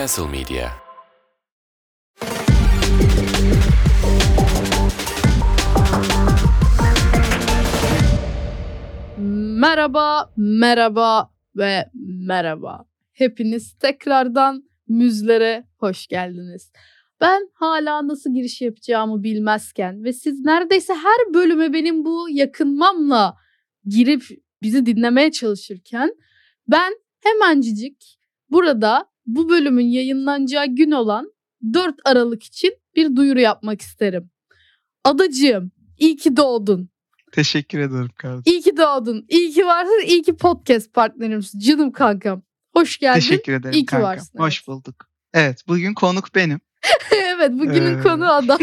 Castle Media. Merhaba, merhaba ve merhaba. Hepiniz tekrardan müzlere hoş geldiniz. Ben hala nasıl giriş yapacağımı bilmezken ve siz neredeyse her bölüme benim bu yakınmamla girip bizi dinlemeye çalışırken ben hemencik burada bu bölümün yayınlanacağı gün olan 4 Aralık için bir duyuru yapmak isterim. Adacığım, iyi ki doğdun. Teşekkür ederim kardeşim. İyi ki doğdun. İyi ki varsın. İyi ki podcast partnerimsin. Canım kankam. Hoş geldin. Teşekkür ederim İyi ki kankam. varsın. Hoş Evet. bulduk. Evet, bugün konuk benim. Evet, bugünün konu adam.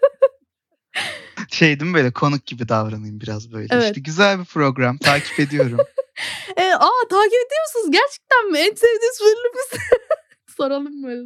Değil mi, böyle konuk gibi davranayım biraz böyle. Evet. İşte güzel bir program, takip ediyorum. Takip ediyor musunuz? Gerçekten mi? En sevdiğiniz bölümümüz. Soralım mı öyle?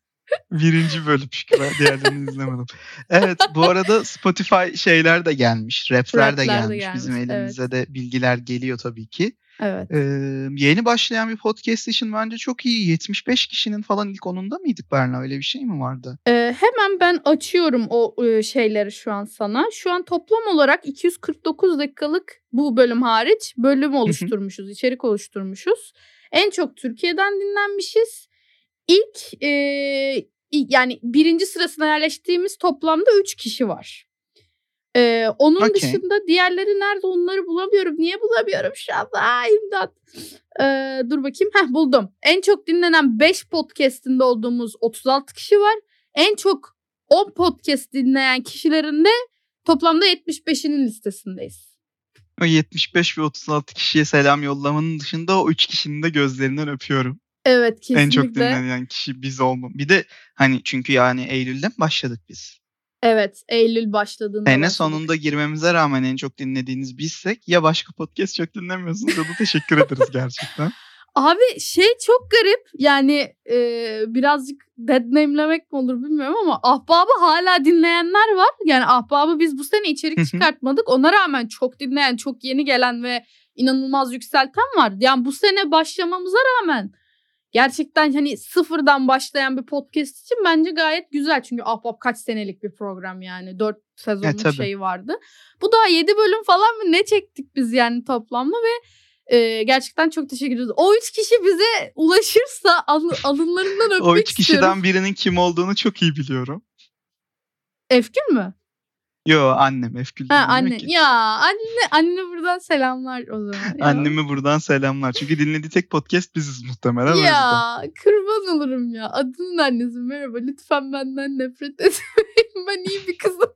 1. bölüm şükür. Diğerlerini izlemedim. Evet, bu arada Spotify şeyler de gelmiş. Rap'ler de gelmiş. Bizim elimize de bilgiler geliyor tabii ki. Evet. Yeni başlayan bir podcast için bence çok iyi. 75 kişinin falan ilk 10'unda mıydık Berna? Öyle bir şey mi vardı? Hemen ben açıyorum o şeyleri şu an sana. Şu an toplam olarak 249 dakikalık bu bölüm hariç bölüm oluşturmuşuz, içerik oluşturmuşuz. En çok Türkiye'den dinlenmişiz. İlk yani 1. sırasına yerleştiğimiz toplamda 3 kişi var. Onun dışında diğerleri nerede onları bulamıyorum. Niye bulamıyorum şu anda? İmdat. Dur bakayım. Buldum. En çok dinlenen 5 podcast'inde olduğumuz 36 kişi var. En çok 10 podcast dinleyen kişilerin de toplamda 75'inin listesindeyiz. O 75 ve 36 kişiye selam yollamanın dışında o 3 kişinin de gözlerinden öpüyorum. Evet, kesinlikle. En çok dinlenen kişi biz olmam. Bir de hani çünkü yani Eylül'den başladık biz. Evet, Eylül başladığında Sene başladık. sonunda girmemize rağmen en çok dinlediğiniz bizsek ya başka podcast çok dinlemiyorsunuz ya da teşekkür ederiz gerçekten. Abi çok garip yani birazcık deadname'lemek mi olur bilmiyorum ama Ahbab'ı hala dinleyenler var. Yani Ahbab'ı biz bu sene içerik çıkartmadık. Ona rağmen çok dinleyen, çok yeni gelen ve inanılmaz yükselten var. Yani bu sene başlamamıza rağmen gerçekten hani sıfırdan başlayan bir podcast için bence gayet güzel. Çünkü Ahbap kaç senelik bir program yani. 4 sezonluk şey vardı. Bu daha 7 bölüm falan mı ne çektik biz yani toplamda ve gerçekten çok teşekkür ederiz. O 3 kişi bize ulaşırsa alınlarından öpmek istiyorum. O 3 kişiden birinin kim olduğunu çok iyi biliyorum. Efgül mü? Yo, annem Efgül değil anne. ki. Ya anne buradan selamlar o zaman. Ya. Anneme buradan selamlar. Çünkü dinlediği tek podcast biziz muhtemelen. Ya kurban olurum ya. Adının annesi merhaba. Lütfen benden nefret etmeyin. Ben iyi bir kızım.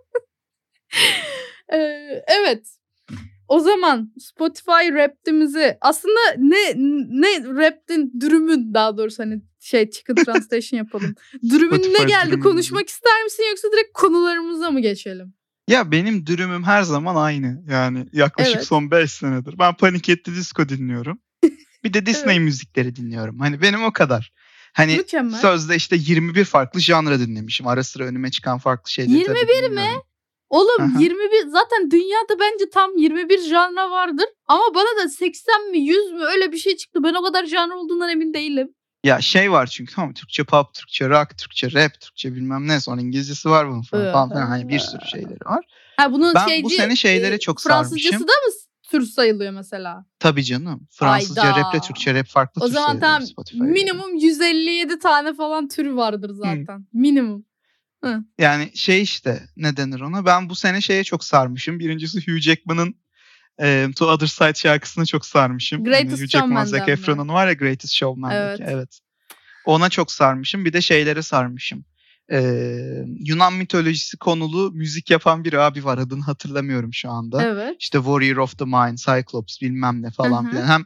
Evet. O zaman Spotify Rap'timizi aslında ne Rap'tin dürümün daha doğrusu hani chicken translation yapalım. Dürümün ne geldi dürümün konuşmak ister misin yoksa direkt konularımıza mı geçelim? Ya benim dürümüm her zaman aynı. Yani yaklaşık son 5 senedir. Ben Panic! At the Disco dinliyorum. Bir de Disney müzikleri dinliyorum. Hani benim o kadar. Hani mükemmel. Sözde işte 21 farklı janra dinlemişim. Ara sıra önüme çıkan farklı şeyleri 21 mi? Oğlum 21 zaten dünyada bence tam 21 janra vardır. Ama bana da 80 mi 100 mü öyle bir şey çıktı. Ben o kadar janra olduğundan emin değilim. Ya var çünkü tamam, Türkçe pop, Türkçe rock, Türkçe rap, Türkçe bilmem ne, sonra İngilizcesi var bunun falan. Hani bir sürü şeyleri var. Bunun ben bu sene şeylere çok sarmışım. Fransızcası da mı tür sayılıyor mesela? Tabii canım. Fransızca rap ile Türkçe rap farklı tür sayılıyor. O zaman tam minimum 157 tane falan tür vardır zaten. Minimum. Yani işte ne denir ona? Ben bu sene şeye çok sarmışım. Birincisi Hugh Jackman'ın To Other Side şarkısına çok sarmışım. Greatest Hugh Jackman, Zac Efron'un var ya Greatest Showman'daki. Evet. Ona çok sarmışım. Bir de şeylere sarmışım. Yunan mitolojisi konulu müzik yapan bir abi var. Adını hatırlamıyorum şu anda. Evet. İşte Warrior of the Mind, Cyclops bilmem ne falan filan. Hem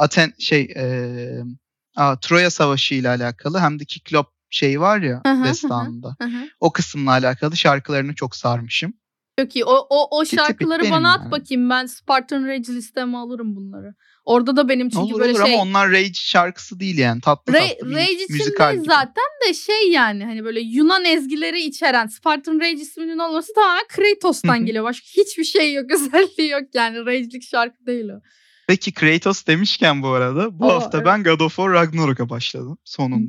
Troya Savaşı ile alakalı hem de Kiklop var ya destanında. O kısımla alakalı şarkılarını çok sarmışım. Çok iyi. O şarkıları bana at bakayım. Ben Spartan Rage listeme alırım bunları. Orada da benim çünkü olur, böyle olur, ama onlar Rage şarkısı değil yani. Tatlı Rage müzikal için de zaten de yani hani böyle Yunan ezgileri içeren Spartan Rage isminin olması tamamen Kratos'tan geliyor. Başka hiçbir şey yok, özelliği yok yani. Rage'lik şarkı değil o. Peki Kratos demişken bu arada bu hafta ben God of War Ragnarok'a başladım sonunda.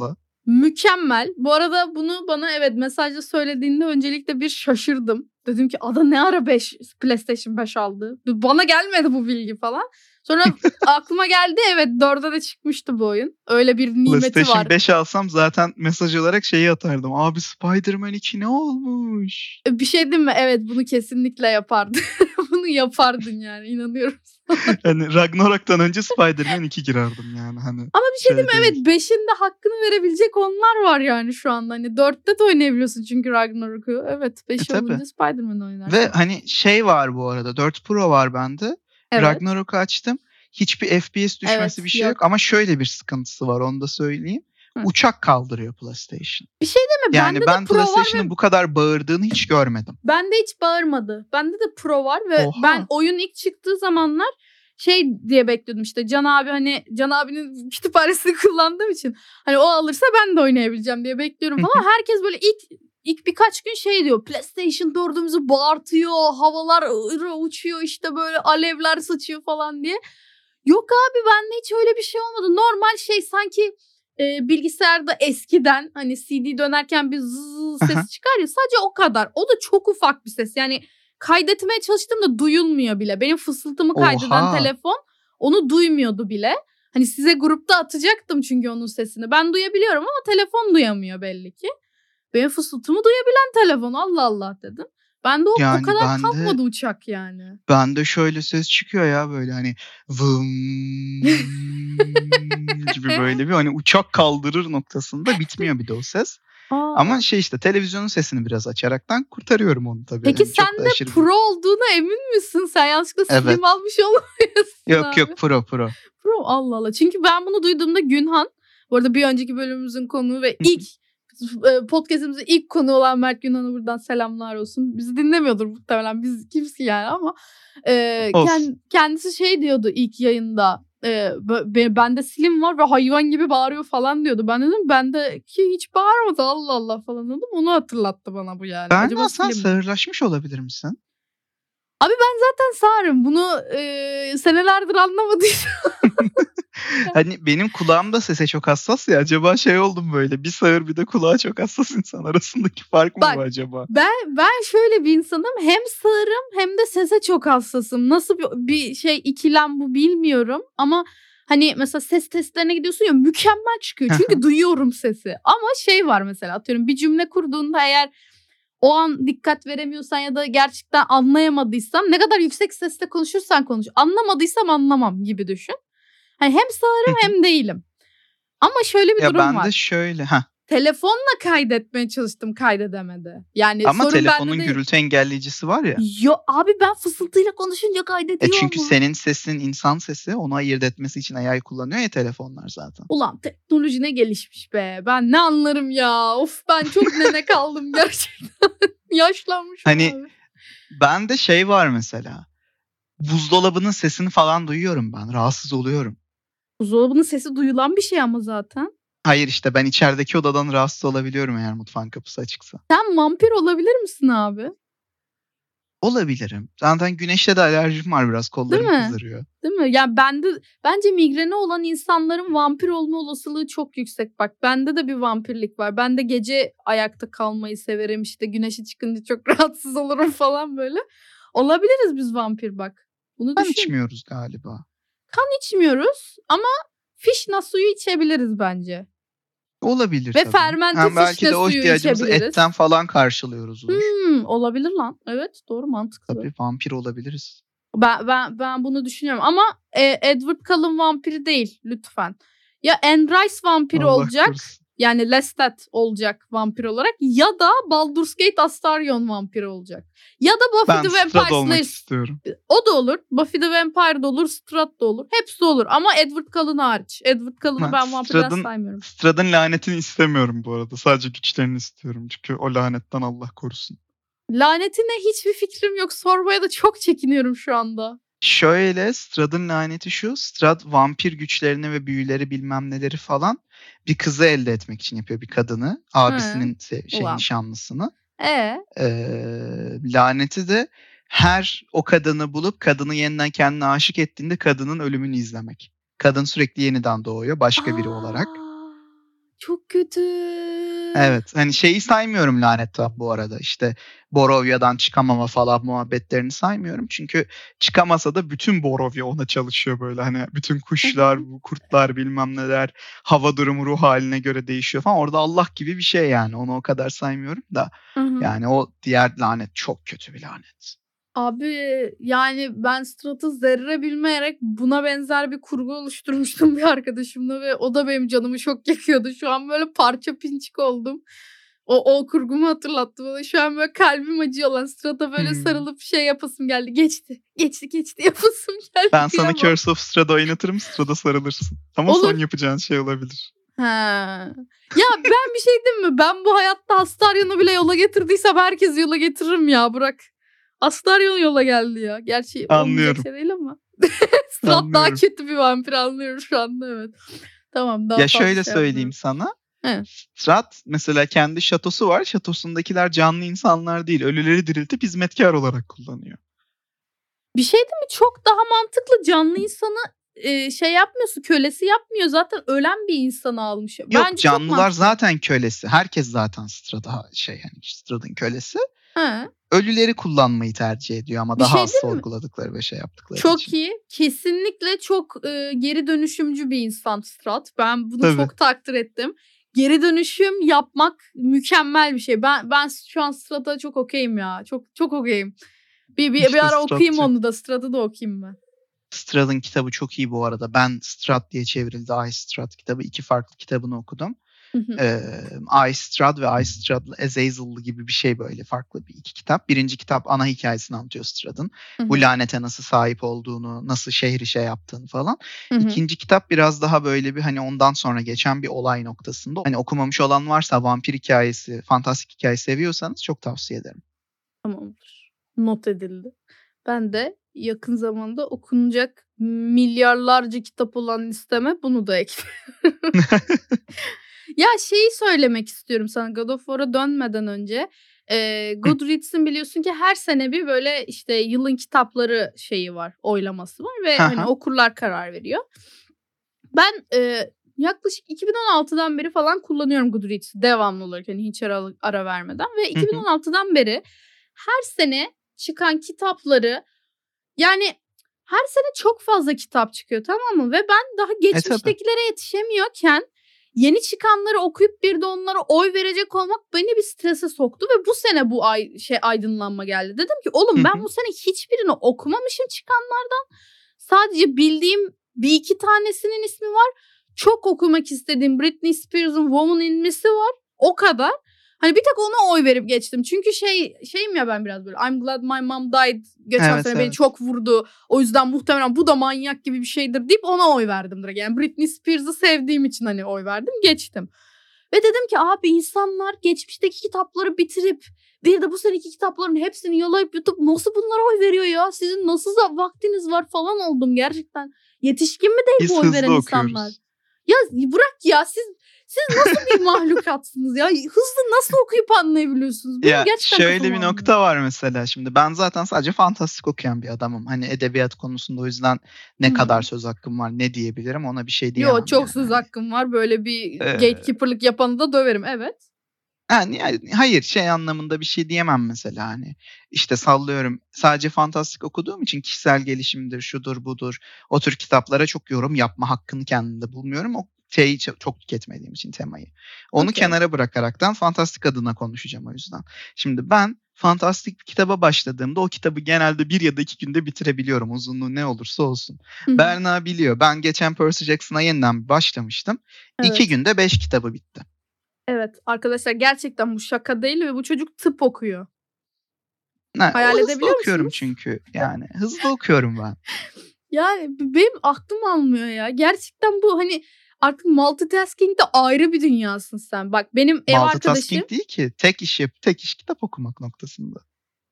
Mükemmel. Bu arada bunu bana mesajla söylediğinde öncelikle bir şaşırdım. Dedim ki Ada ne ara PlayStation 5 aldı? Bana gelmedi bu bilgi falan. Sonra aklıma geldi, evet 4'e de çıkmıştı bu oyun. Öyle bir nimeti PlayStation var. 5 alsam zaten mesaj olarak şeyi atardım. Abi Spider-Man 2 ne olmuş? Bir şey diyeyim mi? Evet, bunu kesinlikle yapardın. Bunu yapardın yani, inanıyorum. Hani Ragnarok'tan önce Spider-Man 2 girerdim yani. Hani Ama bir şey diyeyim mi? Evet, değil. 5'in de hakkını verebilecek onlar var yani şu anda. Hani 4'te de oynayabiliyorsun çünkü Ragnarok'u. Evet, 5 Tabii. olunca Spider-Man oynarsın. Ve hani şey var bu arada. 4 Pro var bende. Evet. Ragnarok'u açtım. Hiçbir FPS düşmesi bir şey yok. Ama şöyle bir sıkıntısı var, onu da söyleyeyim. Uçak kaldırıyor PlayStation. Bir şey deme, yani bende ben de Pro var PlayStation'ın bu kadar bağırdığını hiç görmedim. Bende hiç bağırmadı. Bende de Pro var ve ben oyun ilk çıktığı zamanlar şey diye bekliyordum, işte Can abi, hani Can abinin kütüphanesini kullandığım için hani o alırsa ben de oynayabileceğim diye bekliyorum falan. Herkes böyle ilk birkaç gün şey diyor, PlayStation 4'ümüzü bağırtıyor, havalar uçuyor, işte böyle alevler saçıyor falan diye. Yok abi, bende hiç öyle bir şey olmadı. Normal şey, sanki bilgisayarda eskiden hani CD dönerken bir zzz ses çıkar ya, sadece o kadar. O da çok ufak bir ses. Yani kaydetmeye çalıştığımda duyulmuyor bile. Benim fısıltımı kaydeden telefon onu duymuyordu bile. Hani size grupta atacaktım çünkü onun sesini. Ben duyabiliyorum ama telefon duyamıyor belli ki. Benim fısıltımı duyabilen telefon, Allah Allah dedim. Bende o kadar kalkmadı uçak yani. Bende şöyle ses çıkıyor ya, böyle hani vım gibi, böyle bir hani uçak kaldırır noktasında bitmiyor bir de o ses. Ama şey, işte televizyonun sesini biraz açaraktan kurtarıyorum onu tabii. Peki yani sen de Pro olduğuna emin misin? Sen yanlışlıkla Slim almış olmuyorsun. Yok Pro. Pro, Allah Allah. Çünkü ben bunu duyduğumda Günhan, bu arada bir önceki bölümümüzün konuğu ve ilk podcastimizin ilk konuğu olan Mert Günhan'a buradan selamlar olsun. Bizi dinlemiyordur muhtemelen, biz kimsin yani, ama kendisi şey diyordu ilk yayında. Bende Slim var ve hayvan gibi bağırıyor falan diyordu. Ben dedim bendeki hiç bağırmadı, Allah Allah falan dedim. Onu hatırlattı bana bu yani. Acaba sen sağırlaşmış olabilir misin? Abi ben zaten sağırım. Bunu senelerdir anlamadıysam. Hani benim kulağım da sese çok hassas ya. Acaba şey oldum böyle. Bir sağır bir de kulağa çok hassas insan arasındaki fark mı bu acaba? Ben şöyle bir insanım. Hem sağırım hem de sese çok hassasım. Nasıl bir şey, ikilem bu bilmiyorum. Ama hani mesela ses testlerine gidiyorsun ya, mükemmel çıkıyor. Çünkü duyuyorum sesi. Ama şey var, mesela atıyorum bir cümle kurduğunda eğer o an dikkat veremiyorsan ya da gerçekten anlayamadıysam, ne kadar yüksek sesle konuşursan konuş, anlamadıysam anlamam gibi düşün. Hani hem sağırım hem değilim. Ama şöyle bir durum var. Ben de şöyle. Telefonla kaydetmeye çalıştım, kaydedemedi. Yani ama sorun telefonun bende gürültü engelleyicisi var ya. Yo abi, ben fısıltıyla konuşunca kaydediyor çünkü ama. senin sesin insan sesi, onu ayırt etmesi için AI kullanıyor ya telefonlar zaten. Ulan teknoloji ne gelişmiş be. Ben ne anlarım ya. Of, ben çok nene kaldım gerçekten. Yaşlanmışım hani abi. Bende şey var mesela. Buzdolabının sesini falan duyuyorum ben. Rahatsız oluyorum. Buzdolabının sesi duyulan bir şey ama zaten. Hayır, işte ben içerideki odadan rahatsız olabiliyorum eğer mutfağın kapısı açıksa. Sen vampir olabilir misin abi? Olabilirim. Zaten güneşte de alerjim var biraz. Kollarım kızarıyor. Değil mi? Yani bence migreni olan insanların vampir olma olasılığı çok yüksek. Bak, bende de bir vampirlik var. Ben de gece ayakta kalmayı severim. İşte güneşi çıkınca çok rahatsız olurum falan böyle. Olabiliriz biz vampir bak. Bunu kan içmiyoruz galiba. Kan içmiyoruz ama fişna suyu içebiliriz bence. Olabilir ve tabii. fermente fişne belki de o suyu ihtiyacımızı içebiliriz. etten falan karşılıyoruzdur. Olabilir lan. Evet, doğru, mantıklı. Tabii vampir olabiliriz. Ben bunu düşünüyorum ama Edward Cullen vampiri değil lütfen. Ya Anne Rice vampiri Allah olacak. korusun. Yani Lestat olacak vampir olarak, ya da Baldur's Gate Astarion vampiri olacak. Ya da Buffy the Vampire Strahd olmak Slayer. istiyorum. O da olur. Buffy the Vampire da olur. Strahd da olur. Hepsi olur ama Edward Cullen hariç. Edward Cullen'ı ben vampirden saymıyorum. Strahd'ın lanetini istemiyorum bu arada. Sadece güçlerini istiyorum. Çünkü o lanetten Allah korusun. Lanetine hiçbir fikrim yok. Sormaya da çok çekiniyorum şu anda. Şöyle, Strahd'ın laneti şu. Strahd vampir güçlerini ve büyüleri bilmem neleri falan bir kızı elde etmek için yapıyor, bir kadını. Abisinin nişanlısını. Laneti de her o kadını bulup kadını yeniden kendine aşık ettiğinde kadının ölümünü izlemek. Kadın sürekli yeniden doğuyor başka biri olarak. Çok kötü. Evet. Hani şeyi saymıyorum lanetten bu arada. İşte Borovya'dan çıkamama falan muhabbetlerini saymıyorum. Çünkü çıkamasa da bütün Borovya ona çalışıyor böyle. Hani bütün kuşlar, bu kurtlar bilmem neler hava durumu ruh haline göre değişiyor falan. Orada Allah gibi bir şey yani. Onu o kadar saymıyorum da. Yani o diğer lanet çok kötü bir lanet. Abi yani ben Strat'ı zerre bilmeyerek buna benzer bir kurgu oluşturmuştum bir arkadaşımla ve o da benim canımı çok yakıyordu. Şu an böyle parça pinçik oldum. O kurgumu hatırlattı bana. Şu an böyle kalbim acıyor lan. Strat'a böyle sarılıp şey yapasım geldi. Geçti yapasım geldi. Ben sana Kıyamam. Curse of Strahd oynatırım, Strahd'a sarılırsın. Ama Olur. son yapacağın şey olabilir. Ha. Ya ben bir şey diyeyim mi? Ben bu hayatta Astarion'u bile yola getirdiysem herkesi yola getiririm ya, bırak. Astarion yola geldi ya. Gerçi olmayacak Anlıyorum. şey değil ama. Strahd daha kötü bir vampir, anlıyorum şu anda, evet. Tamam, daha Ya fazla şöyle şey söyleyeyim yapmıyorum. sana. Evet. Strahd mesela kendi şatosu var. Şatosundakiler canlı insanlar değil. Ölüleri diriltip hizmetkar olarak kullanıyor. Bir şey değil mi? Çok daha mantıklı. Canlı insanı şey yapmıyorsun, kölesi yapmıyor. Zaten ölen bir insanı almış. Yok, Bence çok canlılar mantıklı. zaten kölesi. Herkes zaten Strahd'ın kölesi. He. Ölüleri kullanmayı tercih ediyor ama Bir daha şey az değil mi? sorguladıkları ve şey yaptıkları Çok için. iyi. Kesinlikle çok geri dönüşümcü bir insan Strahd. Ben bunu Tabii. çok takdir ettim. Geri dönüşüm yapmak mükemmel bir şey. Ben şu an Strahd'a çok okeyim ya. Çok okeyim. Bir İşte ara okuyayım Strahd'cı. onu da. Strahd'ı da okuyayım ben. Strahd'ın kitabı çok iyi bu arada. Ben Strahd diye çevrildi. Ice Strahd kitabı. 2 farklı kitabını okudum. Ice Strahd ve Ice Strahd'lı Azazel'lı gibi bir şey, böyle farklı bir 2 kitap. Birinci kitap ana hikayesini anlatıyor Strahd'ın. Bu lanete nasıl sahip olduğunu, nasıl şehri şey yaptığını falan. İkinci kitap biraz daha böyle bir hani ondan sonra geçen bir olay noktasında. Hani okumamış olan varsa vampir hikayesi, fantastik hikaye seviyorsanız çok tavsiye ederim. Tamamdır. Not edildi. Ben de yakın zamanda okunacak milyarlarca kitap olan listeme bunu da ekliyorum. Ya şeyi söylemek istiyorum sana, God of War'a dönmeden önce. Goodreads'in biliyorsun ki her sene bir böyle işte yılın kitapları şeyi var, oylaması var ve hani okurlar karar veriyor. Ben yaklaşık 2016'dan beri falan kullanıyorum Goodreads'i devamlı olarak, hani hiç ara vermeden ve 2016'dan beri her sene çıkan kitapları, yani her sene çok fazla kitap çıkıyor, tamam mı? Ve ben daha geçmiştekilere yetişemiyorken yeni çıkanları okuyup bir de onlara oy verecek olmak beni bir strese soktu ve bu sene bu aydınlanma geldi. Dedim ki oğlum ben bu sene hiçbirini okumamışım çıkanlardan. Sadece bildiğim bir iki tanesinin ismi var. Çok okumak istediğim Britney Spears'ın Woman in Me'si var. O kadar. Hani bir tek ona oy verip geçtim. Çünkü şeyim ya ben biraz böyle I'm glad my mom died geçen sene beni çok vurdu. O yüzden muhtemelen bu da manyak gibi bir şeydir deyip ona oy verdim direkt. Yani Britney Spears'ı sevdiğim için hani oy verdim, geçtim. Ve dedim ki abi insanlar geçmişteki kitapları bitirip bir de bu seneki kitapların hepsini yalayıp yutup nasıl bunlara oy veriyor ya? Sizin nasıl vaktiniz var falan oldum gerçekten. Yetişkin mi değil Biz bu oy veren hızlı insanlar? okuyoruz. Ya bırak ya, siz nasıl bir mahlukatsınız ya? Hızlı nasıl okuyup anlayabiliyorsunuz? Benim Ya gerçekten şöyle kafam bir almıyor. nokta var mesela, şimdi ben zaten sadece fantastik okuyan bir adamım. Hani edebiyat konusunda o yüzden ne kadar söz hakkım var, ne diyebilirim, ona bir şey diyemem. Yo, çok yani. söz hakkım var. Böyle bir Ee, gatekeeper'lık yapanı da döverim, evet. Yani hayır, şey anlamında bir şey diyemem mesela, hani işte sallıyorum, sadece fantastik okuduğum için kişisel gelişimdir, şudur budur, o tür kitaplara çok yorum yapma hakkını kendimde bulmuyorum. O şeyi çok tüketmediğim için temayı. Onu kenara bırakaraktan fantastik adına konuşacağım o yüzden. Şimdi ben fantastik bir kitaba başladığımda o kitabı genelde 1 ya da 2 günde bitirebiliyorum, uzunluğu ne olursa olsun. Berna biliyor, ben geçen Percy Jackson'a yeniden başlamıştım. 2 günde 5 kitabı bitti. Evet arkadaşlar, gerçekten bu şaka değil ve bu çocuk tıp okuyor. Hayal edebiliyor hızlı okuyorum musunuz? çünkü yani hızlı okuyorum ben. Yani benim aklım almıyor ya. Gerçekten bu hani artık multitasking'de ayrı bir dünyasın sen. Bak benim ev arkadaşım. Multitasking değil ki, tek iş kitap okumak noktasında.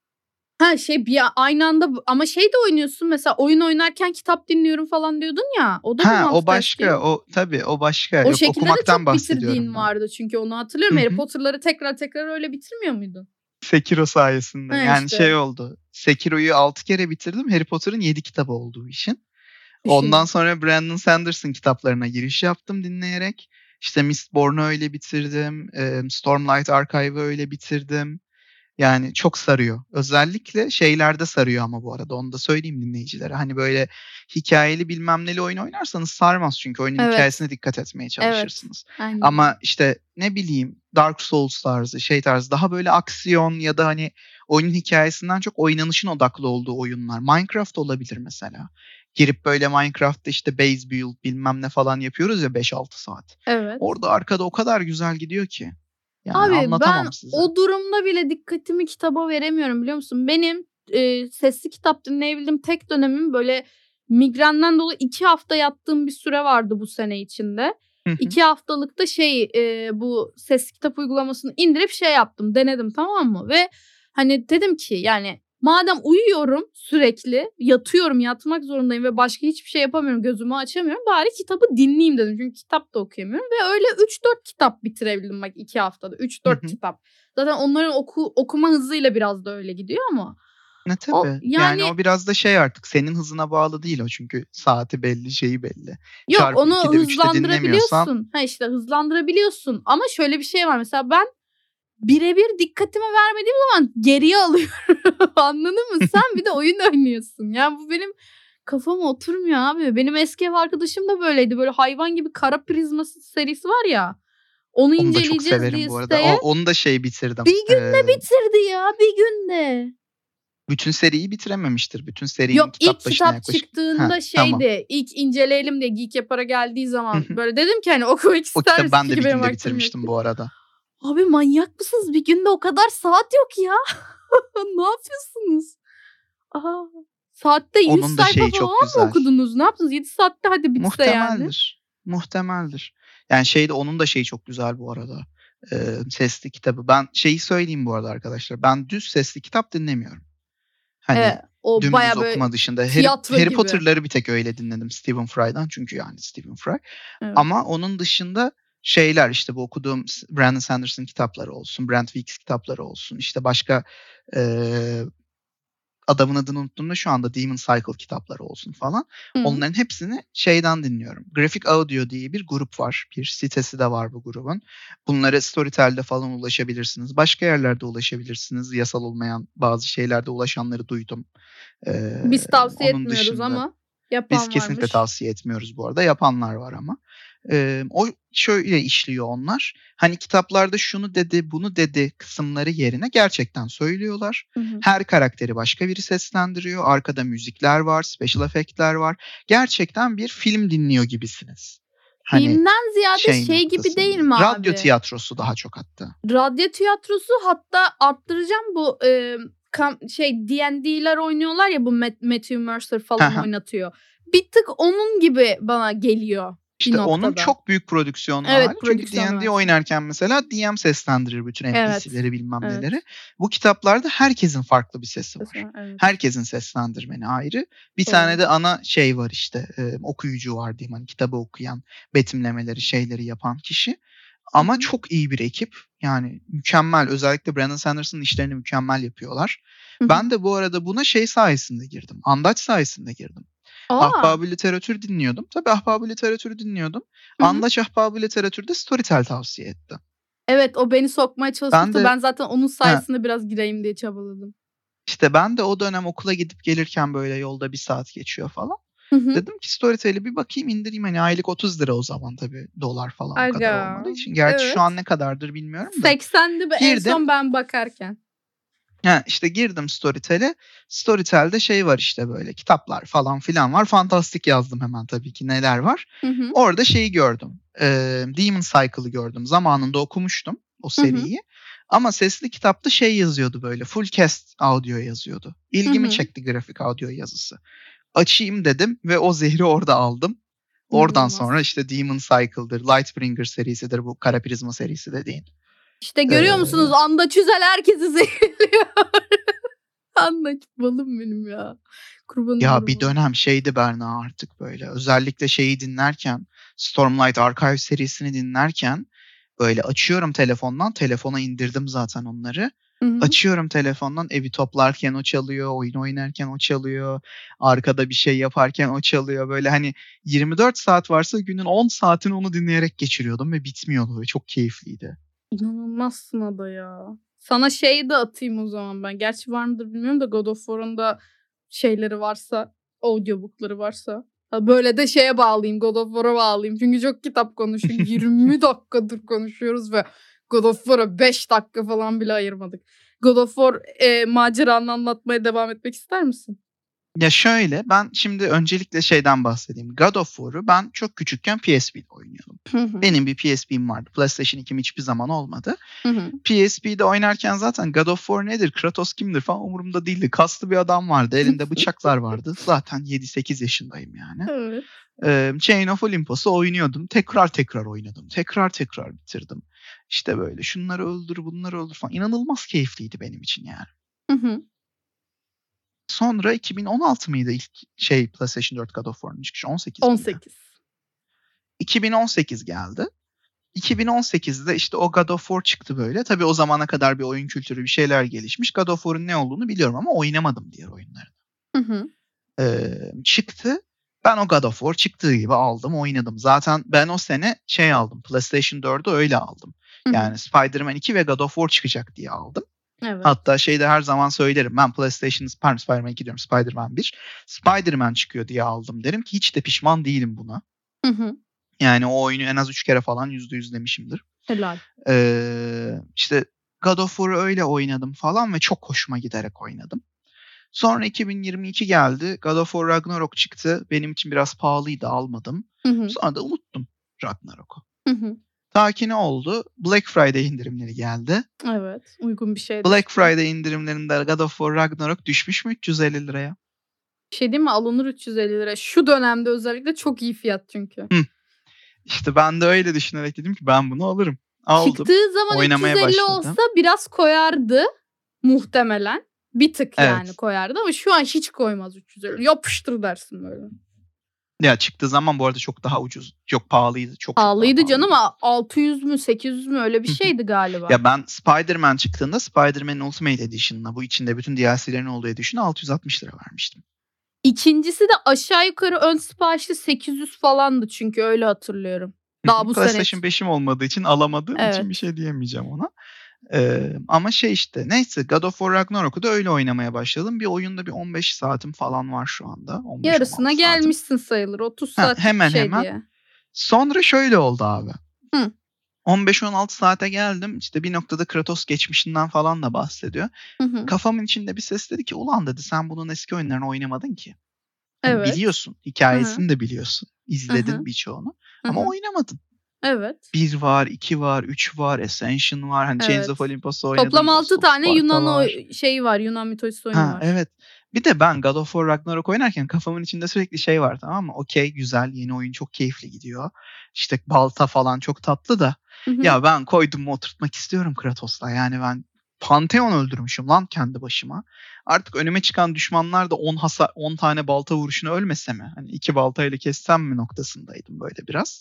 Bir aynı anda ama şey de oynuyorsun mesela, oyun oynarken kitap dinliyorum falan diyordun ya. O da bir multitasking. O başka, o tabii o başka. O Yok, şekilde de okumaktan çok bahsediyorum bitirdiğin ben. vardı çünkü onu hatırlıyorum. Harry Potter'ları tekrar öyle bitirmiyor muydun? Sekiro sayesinde. Yani işte. şey oldu. Sekiro'yu 6 kere bitirdim. Harry Potter'ın 7 kitabı olduğu için. Ondan sonra Brandon Sanderson kitaplarına giriş yaptım dinleyerek. İşte Mistborn'u öyle bitirdim. Stormlight Archive'ı öyle bitirdim. Yani çok sarıyor. Özellikle şeylerde sarıyor ama bu arada onu da söyleyeyim dinleyicilere. Hani böyle hikayeli bilmem neli oyun oynarsanız sarmaz çünkü oyunun hikayesine dikkat etmeye çalışırsınız. Aynen. Ama işte ne bileyim Dark Souls tarzı şey tarzı daha böyle aksiyon ya da hani oyunun hikayesinden çok oynanışın odaklı olduğu oyunlar. Minecraft olabilir mesela. Girip böyle Minecraft'ta işte base build bilmem ne falan yapıyoruz ya 5-6 saat. Evet. Orada arkada o kadar güzel gidiyor ki. Yani Abi ben anlatamam size. o durumda bile dikkatimi kitaba veremiyorum biliyor musun? Benim sesli kitap dinleyebildiğim tek dönemim böyle migrenden dolayı 2 hafta yattığım bir süre vardı bu sene içinde. 2 haftalıkta bu sesli kitap uygulamasını indirip şey yaptım, denedim, tamam mı? Ve hani dedim ki yani madem uyuyorum sürekli, yatıyorum, yatmak zorundayım ve başka hiçbir şey yapamıyorum, gözümü açamıyorum, bari kitabı dinleyeyim dedim. Çünkü kitap da okuyamıyorum ve öyle 3-4 kitap bitirebildim bak 2 haftada. 3-4 kitap. Zaten onların okuma hızıyla biraz da öyle gidiyor ama. Ne tabii. Yani o biraz da şey artık senin hızına bağlı değil o çünkü saati belli, şeyi belli. Yok Çarpı onu 2'de 3'te dinlemiyorsan hızlandırabiliyorsun. Ha işte hızlandırabiliyorsun ama şöyle bir şey var mesela ben birebir dikkatimi vermediğim zaman geriye alıyorum. Anladın mı? Sen bir de oyun oynuyorsun. Yani bu benim kafama oturmuyor abi. Benim eski ev arkadaşım da böyleydi. Böyle hayvan gibi Kara Prizma serisi var ya. Onu onu da çok inceleyeceğiz diye severim bu arada. siteye. Onu da bitirdim. Bir günde bitirdi ya. Bir günde. Bütün seriyi bitirememiştir. Bütün serinin Yok kitap ilk başına kitap yaklaşık. çıktığında Tamam. İlk inceleyelim diye Geek Yapar'a geldiği zaman böyle dedim ki hani okumak ister O misin? kitabı ben de Çünkü bir benim günde vaktim bitirmiştim yoktu. bu arada. Abi manyak mısınız? Bir günde o kadar saat yok ya. Ne yapıyorsunuz? Aha. Saatte 100 Onun da sayfa şeyi çok falan mı güzel. okudunuz? Ne yaptınız? 7 saatte hadi bitse yani. Muhtemeldir. Muhtemeldir. Yani onun da şeyi çok güzel bu arada. Sesli kitabı. Ben şeyi söyleyeyim bu arada arkadaşlar. Ben düz sesli kitap dinlemiyorum. Hani O dümdüz bayağı böyle okuma dışında. tiyatro Harry gibi. Potter'ları bir tek öyle dinledim Stephen Fry'dan. Çünkü yani Stephen Fry. Evet. Ama onun dışında şeyler işte bu okuduğum Brandon Sanderson kitapları olsun. Brent Weeks kitapları olsun. İşte başka adamın adını unuttum da şu anda Demon Cycle kitapları olsun falan. Onların hepsini şeyden dinliyorum. Graphic Audio diye bir grup var. Bir sitesi de var bu grubun. Bunlara Storytel'de falan ulaşabilirsiniz. Başka yerlerde ulaşabilirsiniz. Yasal olmayan bazı şeylerde ulaşanları duydum. Biz tavsiye Onun etmiyoruz dışında, ama yapan biz kesinlikle varmış. tavsiye etmiyoruz bu arada. Yapanlar var ama. O şöyle işliyor onlar. Hani kitaplarda şunu dedi, bunu dedi kısımları yerine gerçekten söylüyorlar. Her karakteri başka biri seslendiriyor. Arkada müzikler var, special efektler var. Gerçekten bir film dinliyor gibisiniz. Hani filmden ziyade şey gibi değil mi abi? Radyo tiyatrosu daha çok hatta. Radyo tiyatrosu, hatta arttıracağım bu D&D'ler oynuyorlar ya, bu Matthew Mercer falan oynatıyor. Bir tık onun gibi bana geliyor. İşte onun çok büyük prodüksiyonlu hali. Çünkü D&D oynarken mesela DM seslendirir bütün NPC'leri bilmem neleri. Bu kitaplarda herkesin farklı bir sesi var. Herkesin seslendirmeni ayrı. Bir tane de ana şey var işte okuyucu var diyeyim, hani kitabı okuyan, betimlemeleri şeyleri yapan kişi. Ama çok iyi bir ekip. Yani mükemmel. Özellikle Brandon Sanderson'ın işlerini mükemmel yapıyorlar. Ben de bu arada buna şey sayesinde girdim. Andaç sayesinde girdim. Ahbab-ı Literatür dinliyordum. Tabii Ahbab-ı Literatür'ü dinliyordum. Andaç Ahbab-ı Literatür'de Storytel tavsiye etti. Evet, o beni sokmaya çalışmıştı. Ben zaten onun sayesinde biraz gireyim diye çabaladım. İşte ben de o dönem okula gidip gelirken böyle yolda 1 saat geçiyor falan. Dedim ki Storytel'e bir bakayım, indireyim. Hani aylık 30 lira o zaman tabii, dolar falan o kadar olmadığı için. Gerçi şu an ne kadardır bilmiyorum da. 80'di en son ben bakarken. İşte girdim Storytel'e. Storytel'de şey var işte böyle kitaplar falan filan var. Fantastik yazdım hemen tabii ki neler var. Orada şeyi gördüm. Demon Cycle'ı gördüm. Zamanında okumuştum o seriyi. Ama sesli kitapta şey yazıyordu böyle. Full cast audio yazıyordu. İlgimi çekti grafik audio yazısı. Açayım dedim ve o zehri orada aldım. Oradan sonra işte Demon Cycle'dır, Lightbringer serisidir, bu Kara Prizma serisi dediğin. İşte görüyor musunuz? Andaç Üzel herkesi zehirliyor. Andaç balım benim ya. Kurbanım ya bir dönem şeydi Berna artık böyle. Özellikle şeyi dinlerken, Stormlight Archive serisini dinlerken böyle açıyorum telefondan. Telefona indirdim zaten onları. Hı. Açıyorum telefondan, evi toplarken o çalıyor, oyun oynarken o çalıyor, arkada bir şey yaparken o çalıyor. Böyle hani 24 saat varsa günün 10 saatini onu dinleyerek geçiriyordum ve bitmiyordu ve çok keyifliydi. İnanılmazsın Ada ya. Sana şeyi de atayım o zaman ben. Gerçi var mıdır bilmiyorum da God of War'un da şeyleri varsa, audiobook'ları varsa. Böyle de şeye bağlayayım, God of War'a bağlayayım. Çünkü çok kitap konuşuyor. 20 dakikadır konuşuyoruz ve God of War'a 5 dakika falan bile ayırmadık. God of War maceranı anlatmaya devam etmek ister misin? Ya şöyle, ben şimdi öncelikle şeyden bahsedeyim. God of War'u ben çok küçükken PSP'de oynuyordum. Benim bir PSP'm vardı. PlayStation 2'm hiçbir zaman olmadı. PSP'de oynarken zaten God of War nedir, Kratos kimdir falan umurumda değildi. Kaslı bir adam vardı, elinde bıçaklar vardı. Zaten 7-8 yaşındayım yani. Evet. Chain of Olympus'u oynuyordum. Tekrar oynadım. Tekrar bitirdim. İşte böyle şunları öldür, bunları öldür falan. İnanılmaz keyifliydi benim için yani. Sonra 2016 mıydı ilk PlayStation 4 God of War'un çıkışı? 18 miydi? 18. 2018 geldi. 2018'de işte o God of War çıktı böyle. Tabii o zamana kadar bir oyun kültürü, bir şeyler gelişmiş. God of War'un ne olduğunu biliyorum ama oynamadım diğer oyunlarını. Çıktı. Ben o God of War çıktığı gibi aldım, oynadım. Zaten ben o sene aldım. PlayStation 4'ü öyle aldım. Yani Spider-Man 2 ve God of War çıkacak diye aldım. Evet. Hatta her zaman söylerim. Ben Spider-Man 2 diyorum, Spider-Man 1. Spider-Man çıkıyor diye aldım derim ki hiç de pişman değilim buna. Yani o oyunu en az 3 kere falan %100'lemişimdir. Helal. İşte God of War'u öyle oynadım falan ve çok hoşuma giderek oynadım. Sonra 2022 geldi. God of War Ragnarok çıktı. Benim için biraz pahalıydı, almadım. Sonra da unuttum Ragnarok'u. Ta ki ne oldu? Black Friday indirimleri geldi. Evet. Uygun bir şey. Black Friday indirimlerinde God of War Ragnarok düşmüş mü 350 liraya? Bir şey değil mi? Alınır 350 lira. Şu dönemde özellikle çok iyi fiyat çünkü. İşte ben de öyle düşünerek dedim ki ben bunu alırım. Aldım. Çıktığı zaman oynamaya 350 başladım. olsa biraz koyardı muhtemelen. Bir tık yani koyardı ama şu an hiç koymaz 350. Yapıştır dersin böyle. Ya çıktığı zaman bu arada çok daha ucuz. Çok pahalıydı. Pahalıydı canım ama 600 mü 800 mü öyle bir şeydi galiba. Ya ben Spider-Man çıktığında Spider-Man Ultimate Edition'la bu içinde bütün DLC'lerin olduğu Edition'a 660 lira vermiştim. İkincisi de aşağı yukarı ön siparişli 800 falandı çünkü öyle hatırlıyorum. Daha bu PlayStation sene. 5'im olmadığı için alamadığım için bir şey diyemeyeceğim ona. Ama işte neyse God of War Ragnarok'u da öyle oynamaya başladım. Bir oyunda bir 15 saatim falan var şu anda. Yarısına gelmişsin sayılır. 30 saat hemen şey diye. Sonra şöyle oldu abi. 15-16 saate geldim. İşte bir noktada Kratos geçmişinden falan da bahsediyor. Kafamın içinde bir ses dedi ki ulan dedi sen bunun eski oyunlarını oynamadın ki. Yani biliyorsun. Hikayesini de biliyorsun. İzledin birçoğunu. Ama oynamadın. Evet. 1 var, 2 var, 3 var, Ascension var. Hani Chains of Olympus'u oynadım. Toplam 6 tane Yunan şeyi var. Yunan mitolojisi oyunu var. Evet. Bir de ben God of War Ragnarok oynarken kafamın içinde sürekli şey var, tamam mı? Okey, güzel, yeni oyun çok keyifli gidiyor. İşte balta falan çok tatlı da. Ya ben koydum oturtmak istiyorum Kratos'la. Yani ben Pantheon öldürmüşüm lan kendi başıma. Artık önüme çıkan düşmanlar da 10 tane balta vuruşuna ölmese mi? Hani 2 baltayla kessem mi noktasındaydım böyle biraz.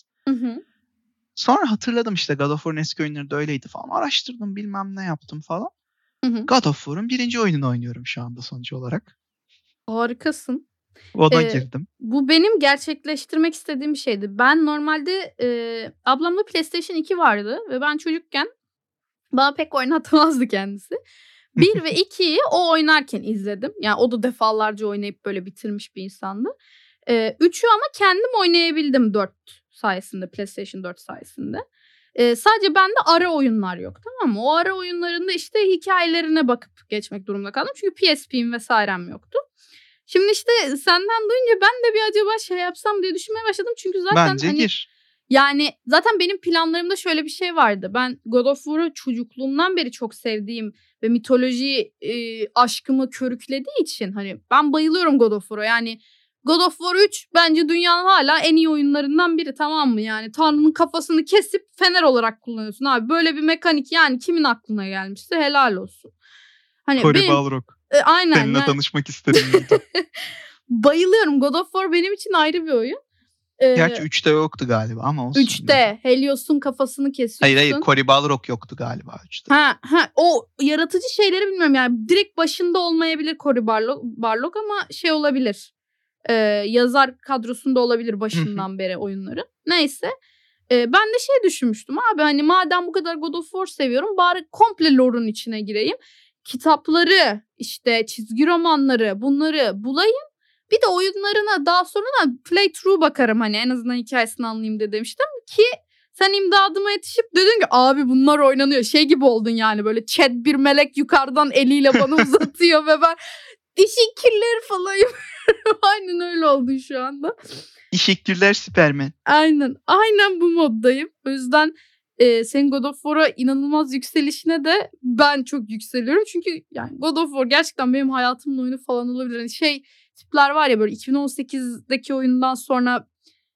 Sonra hatırladım işte God of War'un eski oyunları da öyleydi falan. Araştırdım, bilmem ne yaptım falan. God of War'un 1. oyununu oynuyorum şu anda sonuç olarak. Harikasın. Ona girdim. Bu benim gerçekleştirmek istediğim bir şeydi. Ben normalde ablamda PlayStation 2 vardı ve ben çocukken bana pek oynatmazdı kendisi. 1 ve 2'yi o oynarken izledim. Yani o da defalarca oynayıp böyle bitirmiş bir insandı. 3'ü ama kendim oynayabildim 4 sayesinde, PlayStation 4 sayesinde. Sadece bende ara oyunlar yok, tamam mı? O ara oyunlarında işte hikayelerine bakıp geçmek durumunda kaldım. Çünkü PSP'm vesairem yoktu. Şimdi işte senden duyunca ben de bir acaba şey yapsam diye düşünmeye başladım. Çünkü zaten bence gir. Yani zaten benim planlarımda şöyle bir şey vardı. Ben God of War'u çocukluğumdan beri çok sevdiğim ve mitoloji aşkımı körüklediği için hani ben bayılıyorum God of War'a. Yani God of War 3 bence dünyanın hala en iyi oyunlarından biri, tamam mı? Yani Tanrı'nın kafasını kesip fener olarak kullanıyorsun abi. Böyle bir mekanik yani kimin aklına gelmişse helal olsun. Hani Cory Balrog. Aynen. Seninle tanışmak isterim. Bayılıyorum. God of War benim için ayrı bir oyun. Gerçi 3'te yoktu galiba ama olsun. 3'te Helios'un kafasını kesiyorsun. Hayır Cory Balrog yoktu galiba 3'te. O yaratıcı şeyleri bilmiyorum yani direkt başında olmayabilir Cory Barlog ama şey olabilir. Yazar kadrosunda olabilir başından beri oyunları. Neyse. Ben de şey düşünmüştüm abi hani madem bu kadar God of War seviyorum bari komple lore'un içine gireyim. Kitapları işte çizgi romanları bunları bulayım. Bir de oyunlarına daha sonra da playthrough bakarım hani en azından hikayesini anlayayım de demiştim ki sen imdadıma yetişip dedin ki abi bunlar oynanıyor. Şey gibi oldun yani böyle chat bir melek yukarıdan eliyle bana uzatıyor ve ben teşekkürler falan yapıyorum. Aynen öyle oldu şu anda. Teşekkürler Superman. Aynen bu moddayım. O yüzden senin God of War'a inanılmaz yükselişine de ben çok yükseliyorum. Çünkü yani God of War gerçekten benim hayatımın oyunu falan olabilir. Hani tipler var ya böyle 2018'deki oyundan sonra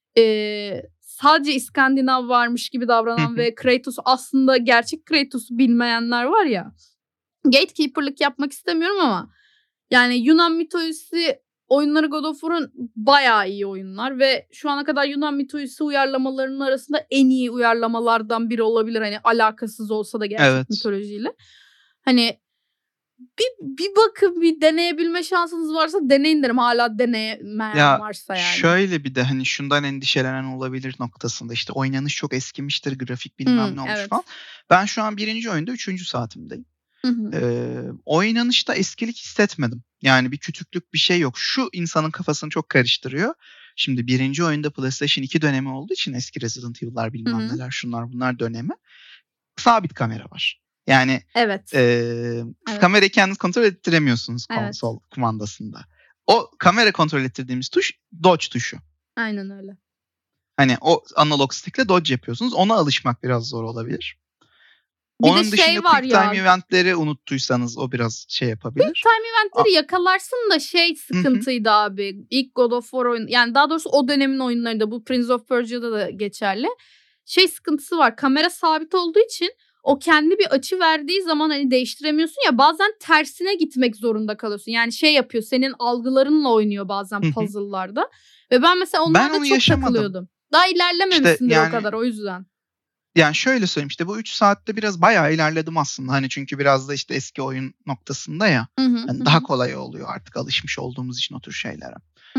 sadece İskandinav varmış gibi davranan ve Kratos aslında gerçek Kratos'u bilmeyenler var ya. Gatekeeper'lık yapmak istemiyorum ama yani Yunan mitolojisi oyunları God of War'un bayağı iyi oyunlar ve şu ana kadar Yunan mitolojisi uyarlamalarının arasında en iyi uyarlamalardan biri olabilir. Hani alakasız olsa da gerçek mitolojiyle. Hani bir bakın bir deneyebilme şansınız varsa deneyin derim. Hala deneyemeyen varsa yani. Şöyle bir de hani şundan endişelenen olabilir noktasında işte oynanış çok eskimiştir grafik bilmem ne olmuş falan. Ben şu an 1. oyunda 3. saatimdeyim. Oynanışta eskilik hissetmedim. Yani bir kütüklük bir şey yok. Şu insanın kafasını çok karıştırıyor. Şimdi 1. oyunda PlayStation 2 dönemi olduğu için eski Resident Evil'lar bilmem neler şunlar bunlar dönemi. Sabit kamera var. Yani kamerayı kendiniz kontrol ettiremiyorsunuz konsol kumandasında. O kamera kontrol ettirdiğimiz tuş dodge tuşu. Aynen öyle. Hani o analog stick'le dodge yapıyorsunuz. Ona alışmak biraz zor olabilir. Bir Onun de dışında quick time eventleri unuttuysanız o biraz şey yapabilir. Quick time eventleri yakalarsın da sıkıntıydı abi. İlk God of War oyunu yani daha doğrusu o dönemin oyunlarında bu Prince of Persia'da da geçerli. Sıkıntısı var. Kamera sabit olduğu için o kendi bir açı verdiği zaman hani değiştiremiyorsun ya bazen tersine gitmek zorunda kalıyorsun. Yani yapıyor senin algılarınla oynuyor bazen puzzle'larda. Ve ben mesela onlarda çok takılıyordum. Daha ilerlememişsindir o kadar o yüzden. Yani şöyle söyleyeyim işte bu 3 saatte biraz bayağı ilerledim aslında. Hani çünkü biraz da işte eski oyun noktasında ya. Yani daha kolay oluyor artık alışmış olduğumuz için o tür şeylere.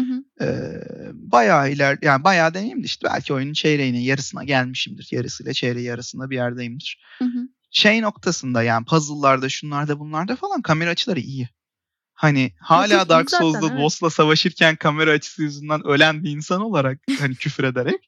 Bayağı yani bayağı demeyeyim de işte belki oyunun çeyreğine yarısına gelmişimdir. Yarısıyla çeyreği arasında bir yerdeyimdir. Noktasında yani puzzle'larda şunlarda bunlarda falan kamera açıları iyi. Hani hala Dark Souls'da boss'la savaşırken kamera açısı yüzünden ölen bir insan olarak hani küfür ederek